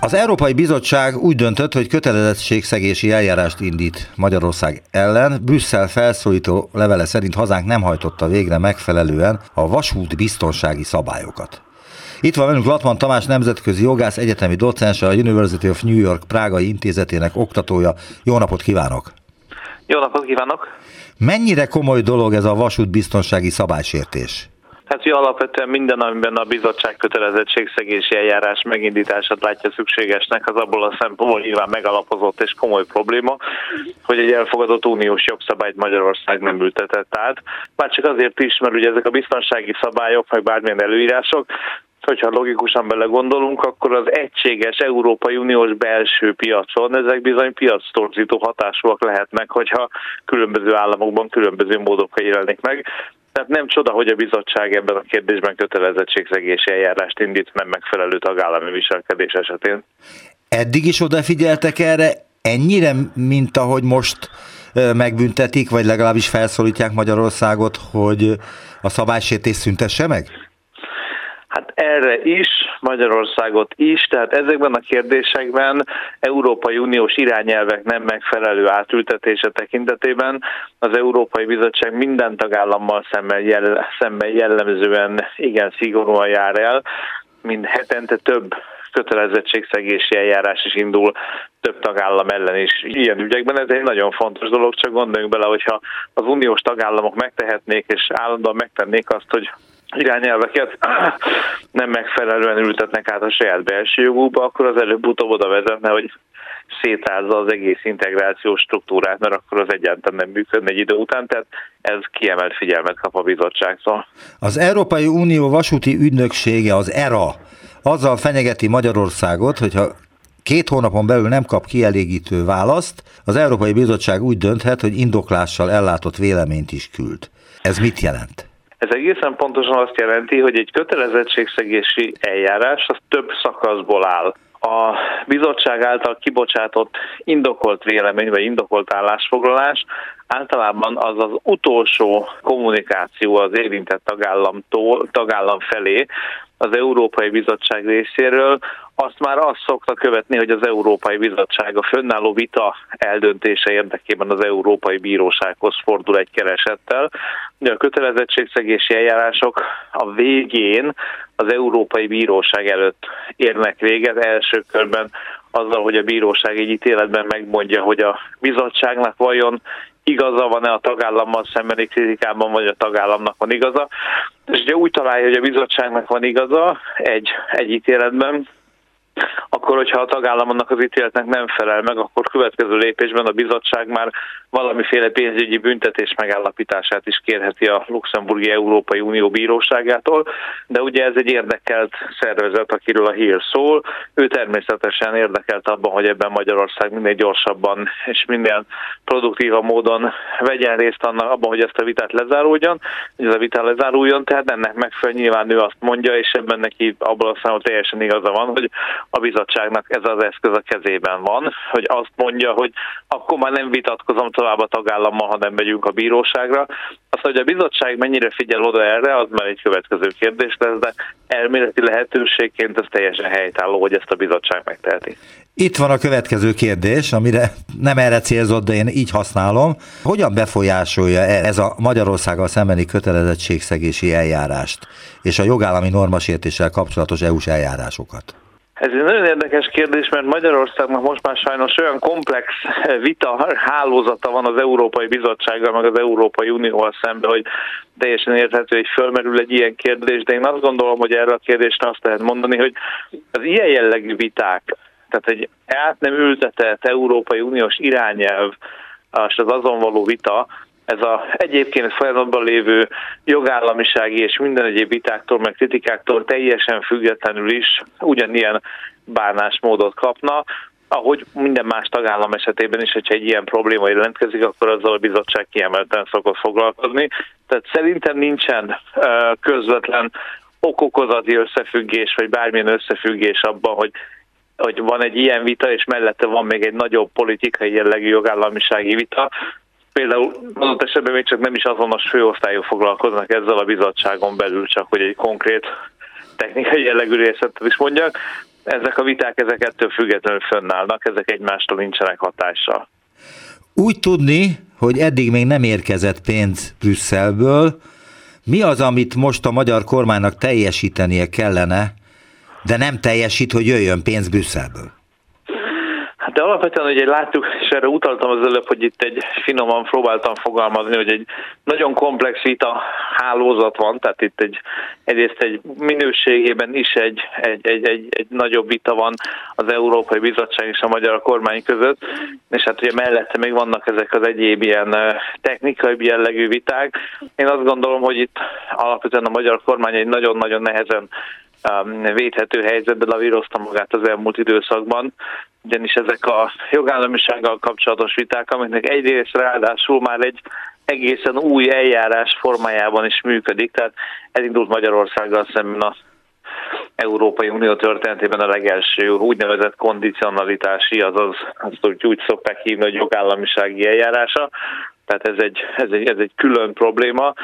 Az Európai Bizottság úgy döntött, hogy kötelezettségszegési eljárást indít Magyarország ellen. Brüsszel felszólító levele szerint hazánk nem hajtotta végre megfelelően a vasút biztonsági szabályokat. Itt van velünk Latman Tamás, nemzetközi jogász, egyetemi docens, a University of New York Prágai Intézetének oktatója. Jó napot kívánok! Jó napot kívánok! Mennyire komoly dolog ez a vasútbiztonsági szabálysértés? Hát, hogy alapvetően minden, amiben a bizottság kötelezettségszegési eljárás megindítását látja szükségesnek, az abból a szempontból nyilván megalapozott és komoly probléma, hogy egy elfogadott uniós jogszabályt Magyarország nem ültetett át. Már csak azért is, mert ugye ezek a biztonsági szabályok, meg bármilyen előírások, hogyha logikusan belegondolunk, akkor az egységes Európai Uniós belső piacon ezek bizony piactorzító hatásúak lehetnek, hogyha különböző államokban különböző módokkal jelenik meg. Tehát nem csoda, hogy a bizottság ebben a kérdésben kötelezettségszegési eljárást indít meg megfelelő tagállami viselkedés esetén. Eddig is odafigyeltek erre ennyire, mint ahogy most megbüntetik, vagy legalábbis felszólítják Magyarországot, hogy a szabálysértés szüntesse meg? Hát erre is, Magyarországot is, tehát ezekben a kérdésekben Európai Uniós irányelvek nem megfelelő átültetése tekintetében az Európai Bizottság minden tagállammal szemben, jell- szemben jellemzően igen szigorúan jár el, mind hetente több kötelezettségszegési eljárás is indul több tagállam ellen is ilyen ügyekben. Ez egy nagyon fontos dolog, csak gondoljunk bele, hogyha az uniós tagállamok megtehetnék és állandóan megtennék azt, hogy irányelveket nem megfelelően ültetnek át a saját belső jogukba, akkor az előbb-utóbb oda vezetne, hogy szétázza az egész integrációs struktúrát, mert akkor az egyáltalán nem működne egy idő után, tehát ez kiemelt figyelmet kap a bizottságtól. Az Európai Unió vasúti ügynöksége, az é er á, azzal fenyegeti Magyarországot, hogyha két hónapon belül nem kap kielégítő választ, az Európai Bizottság úgy dönthet, hogy indoklással ellátott véleményt is küld. Ez mit jelent? Ez egészen pontosan azt jelenti, hogy egy kötelezettségszegési eljárás az több szakaszból áll. A bizottság által kibocsátott indokolt vélemény vagy indokolt állásfoglalás általában az az utolsó kommunikáció az érintett tagállamtól, tagállam felé az Európai Bizottság részéről. Azt már azt szokta követni, hogy az Európai Bizottság a fönnálló vita eldöntése érdekében az Európai Bírósághoz fordul egy keresettel. A kötelezettségszegési eljárások a végén az Európai Bíróság előtt érnek véget, első körben azzal, hogy a bíróság egy ítéletben megmondja, hogy a bizottságnak vajon igaza van-e a tagállammal szembeni kritikában, vagy a tagállamnak van igaza. És ugye úgy találja, hogy a bizottságnak van igaza egy, egy ítéletben, akkor, hogyha a tagállam annak az ítéletnek nem felel meg, akkor következő lépésben a bizottság már valamiféle pénzügyi büntetés megállapítását is kérheti a Luxemburgi Európai Unió Bíróságától, de ugye ez egy érdekelt szervezet, akiről a hír szól. Ő természetesen érdekelt abban, hogy ebben Magyarország minél gyorsabban és minél produktívabb módon vegyen részt annak, abban, hogy ezt a vitát lezáruljon, hogy ez a vitát lezáruljon, tehát ennek megfelelően nyilván ő azt mondja, és ebben neki abban a számon teljesen igaza van, hogy a bizottságnak ez az eszköz a kezében van, hogy azt mondja, hogy akkor már nem vitatkozom tovább a tagállammal, hanem megyünk a bíróságra. Azt, hogy a bizottság mennyire figyel oda erre, az már egy következő kérdés lesz, de elméleti lehetőségként ez teljesen helytálló, hogy ezt a bizottság megteheti. Itt van a következő kérdés, amire nem erre célzott, de én így használom. Hogyan befolyásolja ez a Magyarországgal szembeni kötelezettségszegési eljárást és a jogállami normasértéssel kapcsolatos é u-s eljárásokat? Ez egy nagyon érdekes kérdés, mert Magyarországnak most már sajnos olyan komplex vita hálózata van az Európai Bizottsággal, meg az Európai Unióval szemben, hogy teljesen érthető, hogy fölmerül egy ilyen kérdés, de én azt gondolom, hogy erre a kérdésre azt lehet mondani, hogy az ilyen jellegű viták, tehát egy át nem ültetett Európai Uniós irányelv, és az azon való vita, ez a egyébként folyamatban lévő jogállamisági és minden egyéb vitáktól, meg kritikáktól teljesen függetlenül is ugyanilyen bánásmódot kapna, ahogy minden más tagállam esetében is, hogyha egy ilyen probléma jelentkezik, akkor azzal a bizottság kiemelten szokott foglalkozni. Tehát szerintem nincsen közvetlen okokozati összefüggés, vagy bármilyen összefüggés abban, hogy hogy van egy ilyen vita, és mellette van még egy nagyobb politikai jellegű jogállamisági vita. Például adott esetben még csak nem is azonos főosztályok foglalkoznak ezzel a bizottságon belül, csak hogy egy konkrét technikai jellegű részletet is mondjak. ezek a viták, ezek ettől függetlenül fönnállnak, ezek egymástól nincsenek hatással. Úgy tudni, hogy eddig még nem érkezett pénz Brüsszelből. Mi az, amit most a magyar kormánynak teljesítenie kellene, de nem teljesít, hogy jöjjön pénz Brüsszelből? Hát de alapvetően ugye láttuk, és erre utaltam az előbb, hogy itt egy finoman próbáltam fogalmazni, hogy egy nagyon komplex vita hálózat van, tehát itt egy, egyrészt egy minőségében is egy, egy, egy, egy, egy nagyobb vita van az Európai Bizottság és a magyar kormány között, és hát ugye mellette még vannak ezek az egyéb ilyen technikai jellegű viták. Én azt gondolom, hogy itt alapvetően a magyar kormány egy nagyon-nagyon nehezen védhető helyzetben lavírozta magát az elmúlt időszakban, ugyanis ezek a jogállamisággal kapcsolatos viták, amiknek egyrészt ráadásul már egy egészen új eljárás formájában is működik, tehát elindult Magyarországgal szemben az Európai Unió történetében a legelső úgynevezett kondicionalitási, azaz azt úgy szokták hívni, hogy jogállamisági eljárása, tehát ez egy, ez egy, ez egy külön probléma.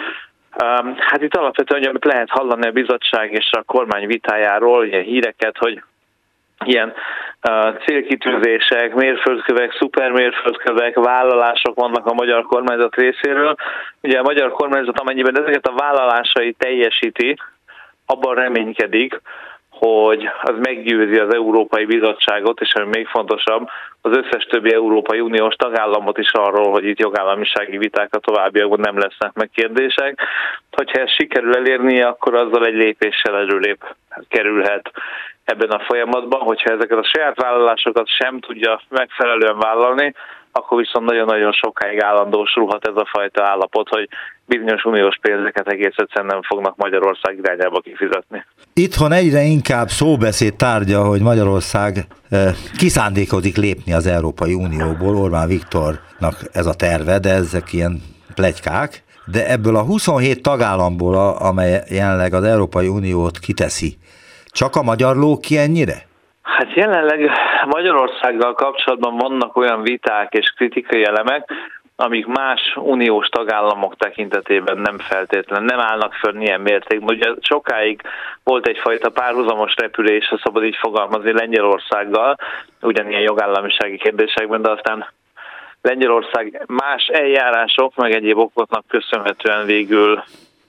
Hát itt alapvetően, amit lehet hallani a bizottság és a kormány vitájáról, ilyen híreket, hogy ilyen uh, célkitűzések, mérföldkövek, szupermérföldkövek, vállalások vannak a magyar kormányzat részéről. Ugye a magyar kormányzat, amennyiben ezeket a vállalásai teljesíti, abban reménykedik, hogy az meggyőzi az Európai Bizottságot, és ami még fontosabb, az összes többi Európai Uniós tagállamot is arról, hogy itt jogállamisági viták a továbbiakban nem lesznek meg kérdések. Hogyha ezt sikerül elérnie, akkor azzal egy lépéssel előrébb kerülhet ebben a folyamatban. Hogyha ezeket a saját vállalásokat sem tudja megfelelően vállalni, akkor viszont nagyon-nagyon sokáig állandósulhat ez a fajta állapot, hogy bizonyos uniós pénzeket egész egyszerűen nem fognak Magyarország irányába kifizetni. Itthon egyre inkább szóbeszéd tárgya, hogy Magyarország kiszándékozik lépni az Európai Unióból. Orbán Viktornak ez a terve, de ezek ilyen pletykák. De ebből a huszonhét tagállamból, amely jelenleg az Európai Uniót kiteszi, csak a magyar lóg ki ennyire? Hát jelenleg Magyarországgal kapcsolatban vannak olyan viták és kritikai elemek, amik más uniós tagállamok tekintetében nem feltétlen, nem állnak föl ilyen mértékben. Ugye sokáig volt egyfajta párhuzamos repülés, ha szabad így fogalmazni, Lengyelországgal, ugyanilyen jogállamisági kérdésekben, de aztán Lengyelország más eljárások, meg egyéb okoknak köszönhetően végül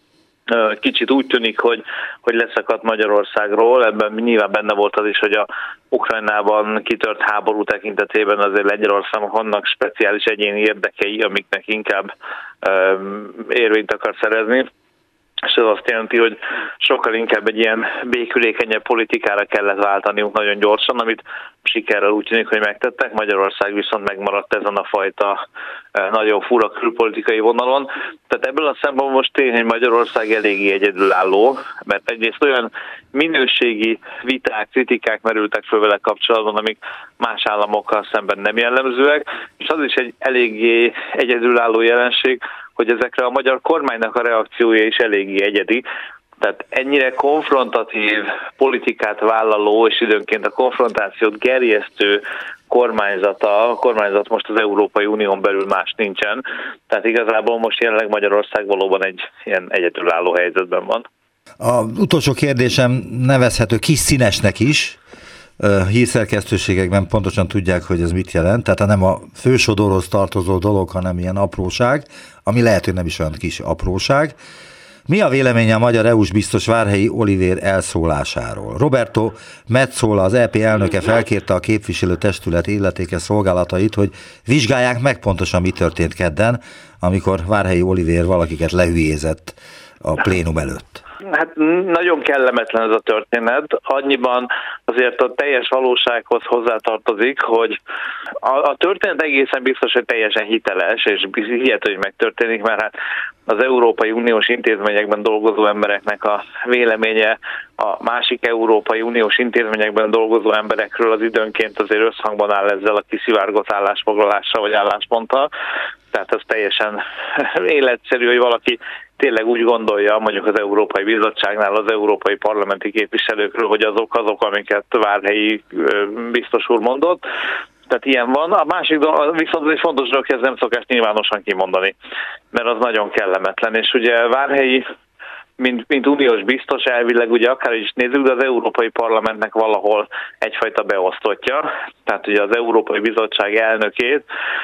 kicsit úgy tűnik, hogy, hogy leszakadt Magyarországról. Ebben nyilván benne volt az is, hogy a Ukrajnában kitört háború tekintetében azért Lengyelországnak vannak speciális egyéni érdekei, amiknek inkább um, érvényt akar szerezni. És ez azt jelenti, hogy sokkal inkább egy ilyen békülékenyebb politikára kellett váltaniuk nagyon gyorsan, amit sikerrel úgy tűnik, hogy megtettek. Magyarország viszont megmaradt ezen a fajta nagyon fura külpolitikai vonalon. Tehát ebből a szempontból most tény, hogy Magyarország eléggé egyedülálló, mert egyrészt olyan minőségi viták, kritikák merültek föl vele kapcsolatban, amik más államokkal szemben nem jellemzőek, és az is egy eléggé egyedülálló jelenség, hogy ezekre a magyar kormánynak a reakciója is eléggé egyedi. Tehát ennyire konfrontatív politikát vállaló és időnként a konfrontációt gerjesztő kormányzata, a kormányzat most az Európai Unión belül más nincsen. Tehát igazából most jelenleg Magyarország valóban egy ilyen egyedülálló helyzetben van. Az utolsó kérdésem nevezhető kis színesnek is. Hírszerkesztőségekben pontosan tudják, hogy ez mit jelent. Tehát nem a fősodorhoz tartozó dolog, hanem ilyen apróság, ami lehet, hogy nem is olyan kis apróság. Mi a véleménye a magyar é u-s biztos Várhelyi Olivér elszólásáról? Roberto Metsola, az é pé elnöke felkérte a képviselőtestület illetékes szolgálatait, hogy vizsgálják meg pontosan, mi történt kedden, amikor Várhelyi Olivér valakiket lehülyézett a plénum előtt. Hát nagyon kellemetlen ez a történet. Annyiban azért a teljes valósághoz hozzátartozik, hogy a, a történet egészen biztos, hogy teljesen hiteles, és hihető, hogy megtörténik, mert hát az Európai Uniós intézményekben dolgozó embereknek a véleménye a másik Európai Uniós intézményekben dolgozó emberekről az időnként azért összhangban áll ezzel a kiszivárgott állásfoglalással vagy állásponttal. Tehát ez teljesen életszerű, hogy valaki tényleg úgy gondolja, mondjuk az Európai Bizottságnál az európai parlamenti képviselőkről, hogy azok azok, amiket Várhelyi biztos úr mondott. Tehát ilyen van. A másik dolog, viszont egy fontos dolog, hogy ez nem szokás nyilvánosan kimondani, mert az nagyon kellemetlen. És ugye Várhelyi mint, mint uniós biztos elvileg, ugye akár is nézzük, de az Európai Parlamentnek valahol egyfajta beosztottja, tehát ugye az Európai Bizottság elnökét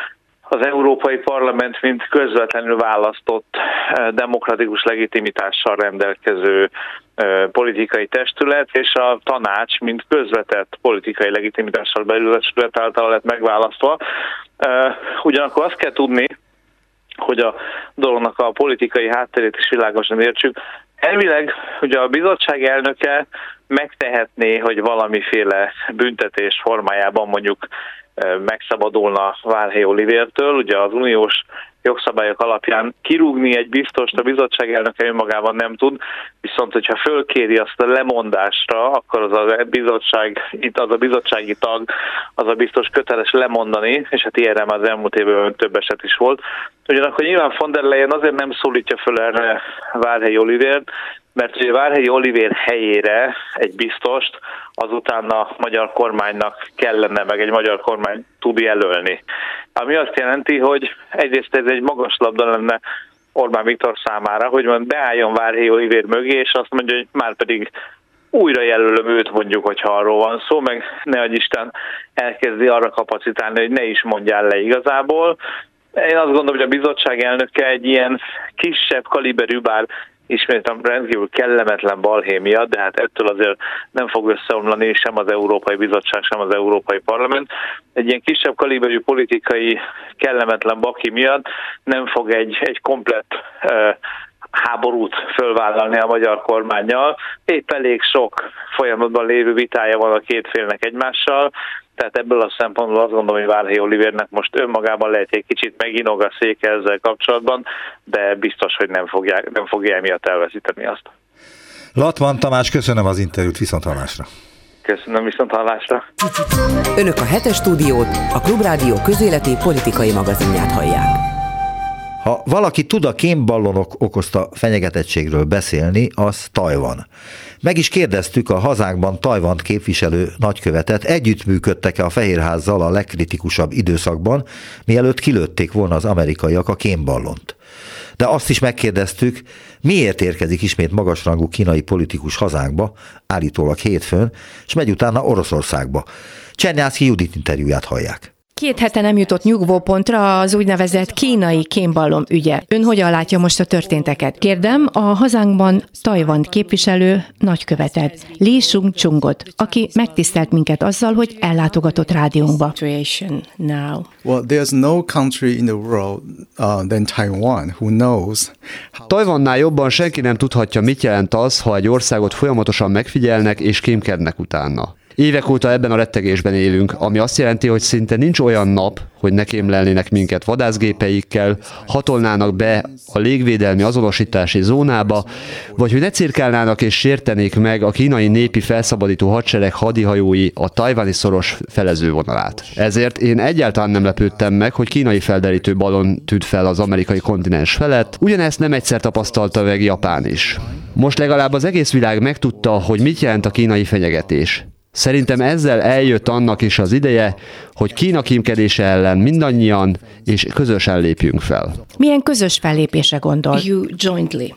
az Európai Parlament, mint közvetlenül választott, demokratikus legitimitással rendelkező politikai testület, és a tanács, mint közvetett politikai legitimitással belül testület által lett megválasztva. Ugyanakkor azt kell tudni, hogy a dolognak a politikai hátterét is világosan értsük. Elvileg ugye a bizottság elnöke megtehetné, hogy valamiféle büntetés formájában mondjuk megszabadulna Várhelyi Olivértől, ugye az uniós jogszabályok alapján kirúgni egy biztost a bizottság elnöke önmagában nem tud, viszont hogyha fölkéri azt a lemondásra, akkor az a bizottság, itt az a bizottsági tag, az a biztos köteles lemondani, és hát ilyenre már az elmúlt évben több eset is volt. Ugyanakkor nyilván von der Leyen azért nem szólítja föl erre Várhelyi Olivért, mert ugye Várhelyi Olivér helyére egy biztost azután a magyar kormánynak kellene, meg egy magyar kormány tud jelölni. Ami azt jelenti, hogy egyrészt ez egy magas labda lenne Orbán Viktor számára, hogy majd beálljon Várhelyi Olivér mögé, és azt mondja, hogy már pedig újra jelölöm őt, mondjuk, hogyha arról van szó, meg nehogy Isten elkezdi arra kapacitálni, hogy ne is mondjál le igazából. Én azt gondolom, hogy a bizottság elnöke egy ilyen kisebb kaliberű, bár ismételem rendkívül kellemetlen balhé miatt, de hát ettől azért nem fog összeomlani sem az Európai Bizottság, sem az Európai Parlament. Egy ilyen kisebb kaliberű politikai kellemetlen baki miatt nem fog egy, egy komplett uh, háborút fölvállalni a magyar kormánnyal. Épp elég sok folyamatban lévő vitája van a két félnek egymással, tehát ebből a szempontból azt gondolom, hogy Várhelyi Olivérnek most önmagában lehet egy kicsit meginog a széke ezzel kapcsolatban, de biztos, hogy nem fogja, nem fogja emiatt elveszíteni azt. Latman Tamás, köszönöm az interjút, viszonthallásra. Köszönöm, viszonthallásra. Önök a hetes stúdiót, a Klubrádió közéleti politikai magazinját hallják. Ha valaki tud a kémballonok okozta fenyegetettségről beszélni, az Tajvan. Meg is kérdeztük a hazánkban Tajvant képviselő nagykövetet, együttműködtek-e a Fehérházzal a legkritikusabb időszakban, mielőtt kilőtték volna az amerikaiak a kémballont. De azt is megkérdeztük, miért érkezik ismét magasrangú kínai politikus hazánkba, állítólag hétfőn, és megy utána Oroszországba. Csernyánszky Judit interjúját hallják. Két hete nem jutott nyugvópontra az úgynevezett kínai kémballon ügye. Ön hogyan látja most a történteket? Kérdem a hazánkban Tajvant képviselő nagykövetet, Lee Sung-chungot, aki megtisztelt minket azzal, hogy ellátogatott rádiónkba. Well, there's no country in the world uh, than Taiwan who knows. Tajvannál jobban senki nem tudhatja, mit jelent az, ha egy országot folyamatosan megfigyelnek és kémkednek utána. Évek óta ebben a rettegésben élünk, ami azt jelenti, hogy szinte nincs olyan nap, hogy ne kémlelnének minket vadászgépeikkel, hatolnának be a légvédelmi azonosítási zónába, vagy hogy ne cirkálnának és sértenék meg a kínai népi felszabadító hadsereg hadihajói a tajvani szoros felezővonalát. Ezért én egyáltalán nem lepődtem meg, hogy kínai felderítő ballon tűnt fel az amerikai kontinens felett, ugyanezt nem egyszer tapasztalta meg Japán is. Most legalább az egész világ megtudta, hogy mit jelent a kínai fenyegetés. Szerintem ezzel eljött annak is az ideje, hogy Kína kémkedése ellen mindannyian és közösen lépjünk fel. Milyen közös fellépésre gondol? You jointly.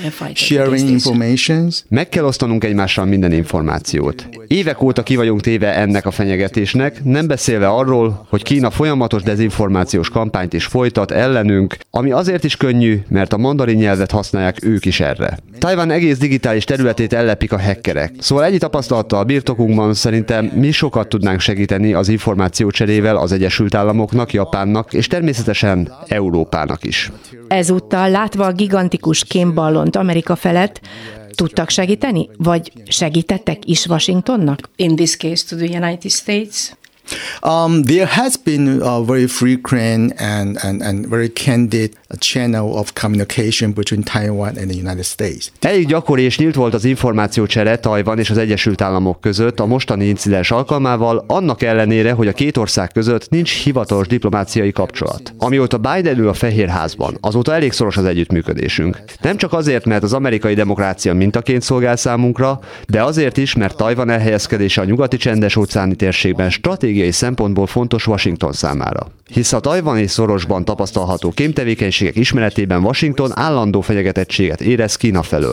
Sharing informations. Meg kell osztanunk egymással minden információt. Évek óta ki vagyunk téve ennek a fenyegetésnek, nem beszélve arról, hogy Kína folyamatos dezinformációs kampányt is folytat ellenünk, ami azért is könnyű, mert a mandarin nyelvet használják ők is erre. Tajvan egész digitális területét ellepik a hackerek. Szóval ennyi tapasztalattal a birtokunkban szerintem mi sokat tudnánk segíteni az információcserével az Egyesült Államoknak, Japánnak és természetesen Európának is. Ezúttal látva a gigantikus kémballont Amerika felett, tudtak segíteni? Vagy segítettek is Washingtonnak? In this case to the United States. Um, there has been a very frequent and, and, and very candid channel of communication between Taiwan and the United States. Elég gyakori és nyílt volt az információcsere Tajvan és az Egyesült Államok között a mostani incidens alkalmával, annak ellenére, hogy a két ország között nincs hivatalos diplomáciai kapcsolat. Amióta Biden ül a Fehérházban, azóta elég szoros az együttműködésünk. Nem csak azért, mert az amerikai demokrácia mintaként szolgál számunkra, de azért is, mert Tajvan elhelyezkedése a nyugati csendes-óceáni térségben stratégiai szempontból fontos Washington számára. Hisz a tajvani szorosban tapasztalható kémtevékenységek ismeretében Washington állandó fenyegetettséget érez Kína felől.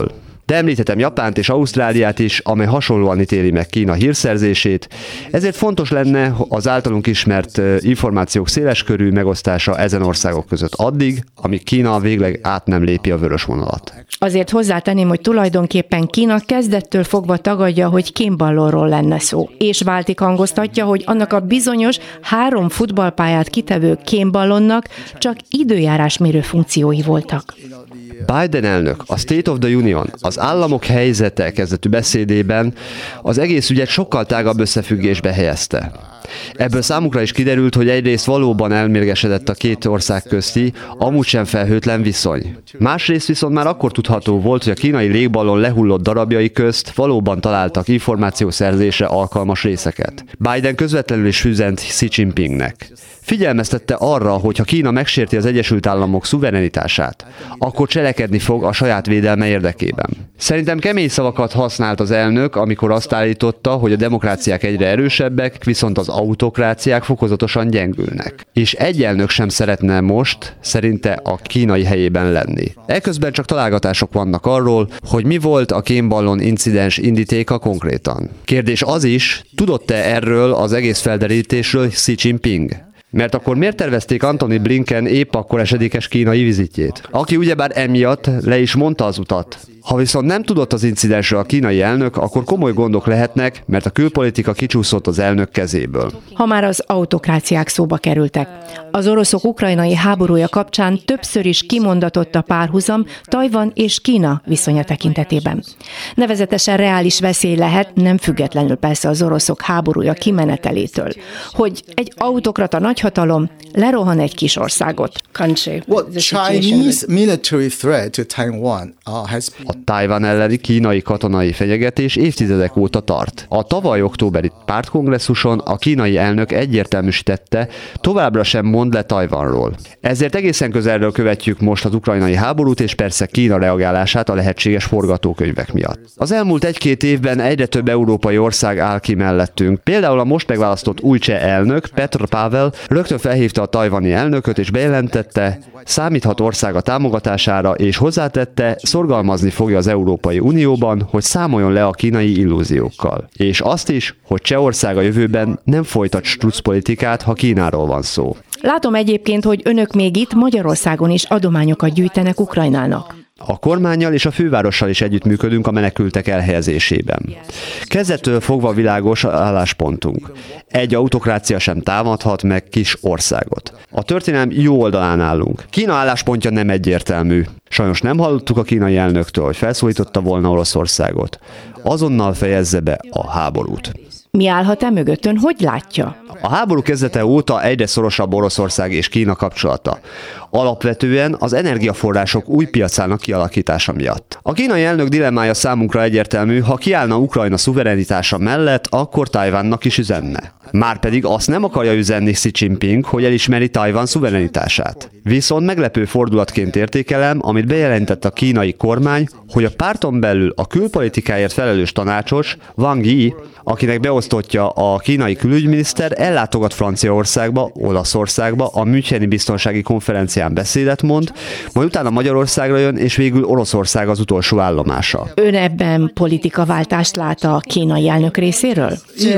De említhetem Japánt és Ausztráliát is, amely hasonlóan ítéli meg Kína hírszerzését, ezért fontos lenne az általunk ismert információk széleskörű megosztása ezen országok között addig, amíg Kína végleg át nem lépi a vörös vonalat. Azért hozzátenném, hogy tulajdonképpen Kína kezdettől fogva tagadja, hogy kémballonról lenne szó, és váltig hangoztatja, hogy annak a bizonyos három futballpályát kitevő kémballonnak csak időjárásmérő funkciói voltak. Biden elnök a State of the Union, az államok helyzete kezdetű beszédében az egész ügyet sokkal tágabb összefüggésbe helyezte. Ebből számukra is kiderült, hogy egyrészt valóban elmérgesedett a két ország közti, amúgy sem felhőtlen viszony. Másrészt viszont már akkor tudható volt, hogy a kínai légballon lehullott darabjai közt valóban találtak információszerzésre alkalmas részeket. Biden közvetlenül is üzent Xi Jinpingnek. Figyelmeztette arra, hogy ha Kína megsérti az Egyesült Államok szuverenitását, akkor cselekedni fog a saját védelme érdekében. Szerintem kemény szavakat használt az elnök, amikor azt állította, hogy a demokráciák egyre erősebbek, viszont az autokráciák fokozatosan gyengülnek. És egy elnök sem szeretne most, szerinte a kínai helyében lenni. Eközben csak találgatások vannak arról, hogy mi volt a kémballon incidens indítéka konkrétan. Kérdés az is, tudott-e erről az egész felderítésről Xi Jinping? Mert akkor miért tervezték Antony Blinken épp akkor esedékes kínai vizitjét? Aki ugyebár emiatt le is mondta az utat. Ha viszont nem tudott az incidensről a kínai elnök, akkor komoly gondok lehetnek, mert a külpolitika kicsúszott az elnök kezéből. Ha már az autokráciák szóba kerültek. Az oroszok ukrajnai háborúja kapcsán többször is kimondatott a párhuzam Tajvan és Kína viszonya tekintetében. Nevezetesen reális veszély lehet, nem függetlenül persze az oroszok háborúja kimenetelétől, hogy egy autokrata nagyhatalom lerohan egy kis országot. What Chinese military threat to Taiwan uh, has been... A Tajvan elleni kínai katonai fenyegetés évtizedek óta tart. A tavaly októberi pártkongresszuson a kínai elnök egyértelműsítette, továbbra sem mond le Tajvanról. Ezért egészen közelről követjük most az ukrajnai háborút és persze Kína reagálását a lehetséges forgatókönyvek miatt. Az elmúlt egy-két évben egyre több európai ország áll ki mellettünk. Például a most megválasztott új cseh elnök, Petr Pavel rögtön felhívta a tajvani elnököt és bejelentette, számíthat országa támogatására, és hozzátette, szorgalmazni fogja az Európai Unióban, hogy számoljon le a kínai illúziókkal. És azt is, hogy Csehország a jövőben nem folytat struccpolitikát, ha Kínáról van szó. Látom egyébként, hogy önök még itt Magyarországon is adományokat gyűjtenek Ukrajnának. A kormánnyal és a fővárossal is együttműködünk a menekültek elhelyezésében. Kezdettől fogva világos álláspontunk. Egy autokrácia sem támadhat meg kis országot. A történelem jó oldalán állunk. Kína álláspontja nem egyértelmű. Sajnos nem hallottuk a kínai elnöktől, hogy felszólította volna Oroszországot. Azonnal fejezze be a háborút. Mi állhat e mögöttön, hogy látja? A háború kezdete óta egyre szorosabb Oroszország és Kína kapcsolata. Alapvetően az energiaforrások új piacának kialakítása miatt. A kínai elnök dilemmája számunkra egyértelmű, ha kiállna Ukrajna szuverenitása mellett, akkor Tajvannak is üzenne. Márpedig azt nem akarja üzenni Xi Jinping, hogy elismeri Tajvan szuverenitását. Viszont meglepő fordulatként értékelem, amit bejelentett a kínai kormány, hogy a párton belül a külpolitikáért felelős tanácsos Wang Yi, akinek beosztottja a kínai külügyminiszter, ellátogat Franciaországba, Olaszországba, a Müncheni Biztonsági Konferencián beszédet mond, majd utána Magyarországra jön, és végül Oroszország az utolsó állomása. Ön ebben politikaváltást lát a kínai elnök részéről?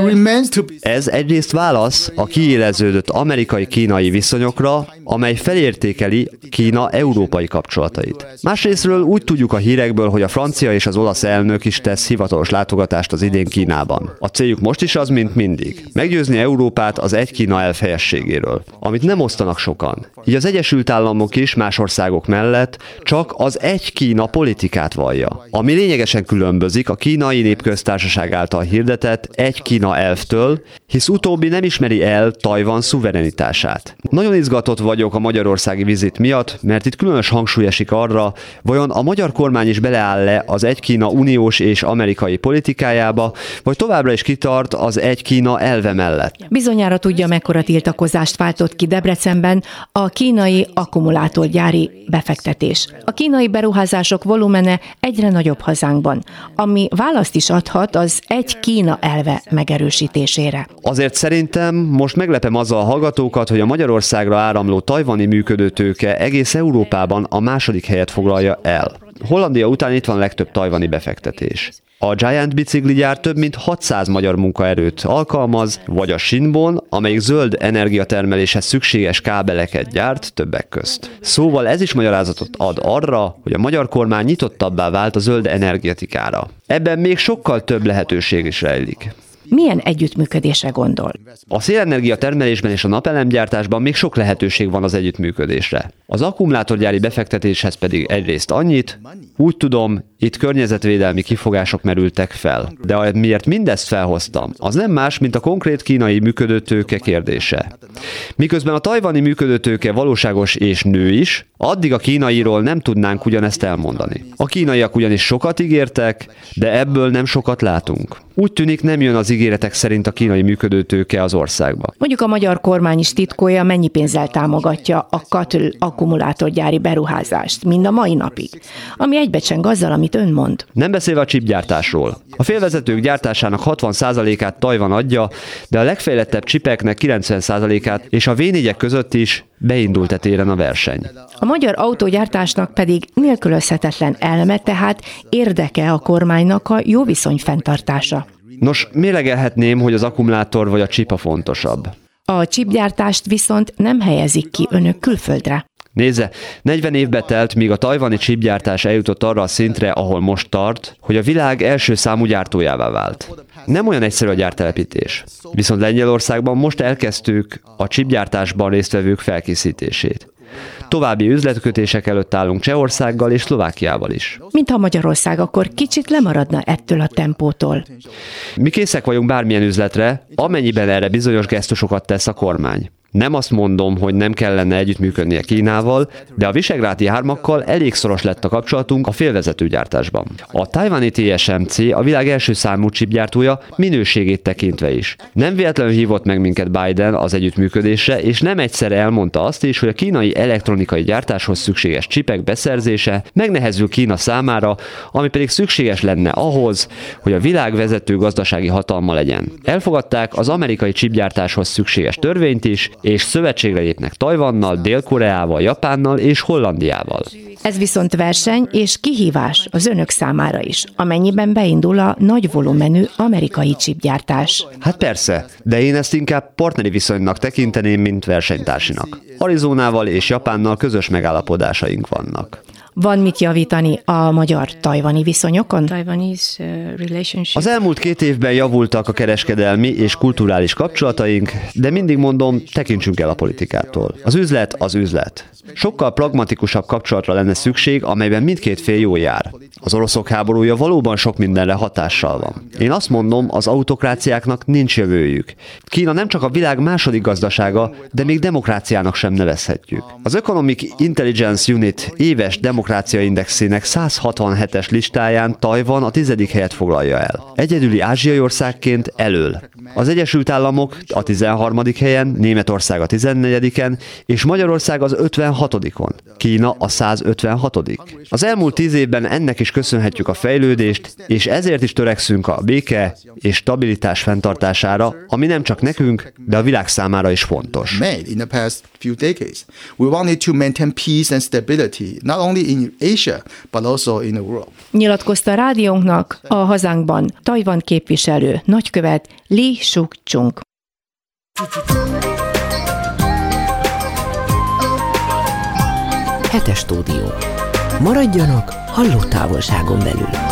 Ez egyrészt válasz a kiéleződött amerikai-kínai viszonyokra, amely felértékeli Kína európai kapcsolatait. Másrésztről úgy tudjuk a hírekből, hogy a francia és az olasz elnök is tesz hivatalos látogatást az idén Kínában. A céljuk most is az, mint mindig. Meggyőzni Európát az egy Kína elv helyességéről, amit nem osztanak sokan. Így az Egyesült Államok is más országok mellett csak az egy Kína politikát vallja, ami lényegesen különbözik a Kínai Népköztársaság által hirdetett egy Kína elvtől, hisz utóbbi nem ismeri el Tajvan szuverenitását. Nagyon izgatott vagyok a magyarországi vizit miatt, mert itt különös hangsúly esik arra, vajon a magyar kormány is beleáll-e az egy Kína uniós és amerikai politikájába, vagy továbbra is kitart az egy Kína elve mellett. Bizonyára tudja, mekkora tiltakozást váltott ki Debrecenben a kínai akkumulátorgyári befektetés. A kínai beruházások volumene egyre nagyobb hazánkban, ami választ is adhat az egy Kína elve megerősítésére. Azért szerintem most meglepem azzal a hallgatókat, hogy a Magyarországra áramló tajvani működőtőke egész Európában a második helyet foglalja el. Hollandia után itt van a legtöbb tajvani befektetés. A Giant bicikligyár több mint hatszáz magyar munkaerőt alkalmaz, vagy a Shinbon, amelyik zöld energiatermeléshez szükséges kábeleket gyárt többek közt. Szóval ez is magyarázatot ad arra, hogy a magyar kormány nyitottabbá vált a zöld energetikára. Ebben még sokkal több lehetőség is rejlik. Milyen együttműködésre gondol? A szélenergia termelésben és a napelemgyártásban még sok lehetőség van az együttműködésre. Az akkumulátorgyári befektetéshez pedig egyrészt annyit, úgy tudom, itt környezetvédelmi kifogások merültek fel. De miért mindezt felhoztam, az nem más, mint a konkrét kínai működőtőke kérdése. Miközben a tajvani működőtőke valóságos és nő is, addig a kínairól nem tudnánk ugyanezt elmondani. A kínaiak ugyanis sokat ígértek, de ebből nem sokat látunk. Úgy tűnik, nem jön az ígéretek szerint a kínai működőtőke az országba. Mondjuk a magyar kormány is titkolja, mennyi pénzzel támogatja a Katl akkumulátorgyári beruházást, mind a mai napig, ami egybecseng azzal, amit ön mond. Nem beszélve a csipgyártásról. A félvezetők gyártásának hatvan százalékát Tajvan adja, de a legfejlettebb csipeknek kilencven százalékát és a vé négyek között is beindult e téren a verseny. A magyar autógyártásnak pedig nélkülözhetetlen eleme, tehát érdeke a kormánynak a jó viszony fenntartása. Nos, mérlegelhetném, hogy az akkumulátor vagy a csip a fontosabb. A csipgyártást viszont nem helyezik ki önök külföldre. Nézze, negyven évbe telt, míg a tajvani csipgyártás eljutott arra a szintre, ahol most tart, hogy a világ első számú gyártójává vált. Nem olyan egyszerű a gyártelepítés. Viszont Lengyelországban most elkezdtük a csipgyártásban résztvevők felkészítését. További üzletkötések előtt állunk Csehországgal és Szlovákiával is. Mintha Magyarország akkor kicsit lemaradna ettől a tempótól. Mi készek vagyunk bármilyen üzletre, amennyiben erre bizonyos gesztusokat tesz a kormány. Nem azt mondom, hogy nem kellene együttműködnie Kínával, de a visegrádi hármakkal elég szoros lett a kapcsolatunk a félvezetőgyártásban. A tajvani té es em cé a világ első számú chipgyártója minőségét tekintve is. Nem véletlenül hívott meg minket Biden az együttműködésre, és nem egyszer elmondta azt is, hogy a kínai elektronikai gyártáshoz szükséges csipek beszerzése megnehezül Kína számára, ami pedig szükséges lenne ahhoz, hogy a világ vezető gazdasági hatalma legyen. Elfogadták az amerikai chipgyártáshoz szükséges törvényt is, és szövetségre lépnek Tajvannal, Dél-Koreával, Japánnal és Hollandiával. Ez viszont verseny és kihívás az önök számára is, amennyiben beindul a nagy volumenű amerikai chipgyártás. Hát persze, de én ezt inkább partneri viszonynak tekinteném, mint versenytársinak. Arizonával és Japánnal közös megállapodásaink vannak. Van mit javítani a magyar-tajvani viszonyokon? Az elmúlt két évben javultak a kereskedelmi és kulturális kapcsolataink, de mindig mondom, tekintsünk el a politikától. Az üzlet az üzlet. Sokkal pragmatikusabb kapcsolatra lenne szükség, amelyben mindkét fél jól jár. Az oroszok háborúja valóban sok mindenre hatással van. Én azt mondom, az autokráciáknak nincs jövőjük. Kína nem csak a világ második gazdasága, de még demokráciának sem nevezhetjük. Az Economic Intelligence Unit éves demokrácia indexének száz hatvanhetes listáján Tajvan a tizedik helyet foglalja el. Egyedüli ázsiai országként elől. Az Egyesült Államok a tizenharmadik helyen, Németország a tizennegyediken és Magyarország az ötvenhatodikon. Kína a százötvenhatodik. Az elmúlt tíz évben ennek is köszönhetjük a fejlődést, és ezért is törekszünk a béke és stabilitás fenntartására, ami nem csak nekünk, de a világ számára is fontos. Few decades. We wanted to maintain peace and stability, not only in Asia, but also in the world. Nyilatkozta rádiónknak a hazánkban Tajvan képviselő nagykövet Lee Suk-chung. Hetes stúdió. Maradjanak hallótávolságon belül.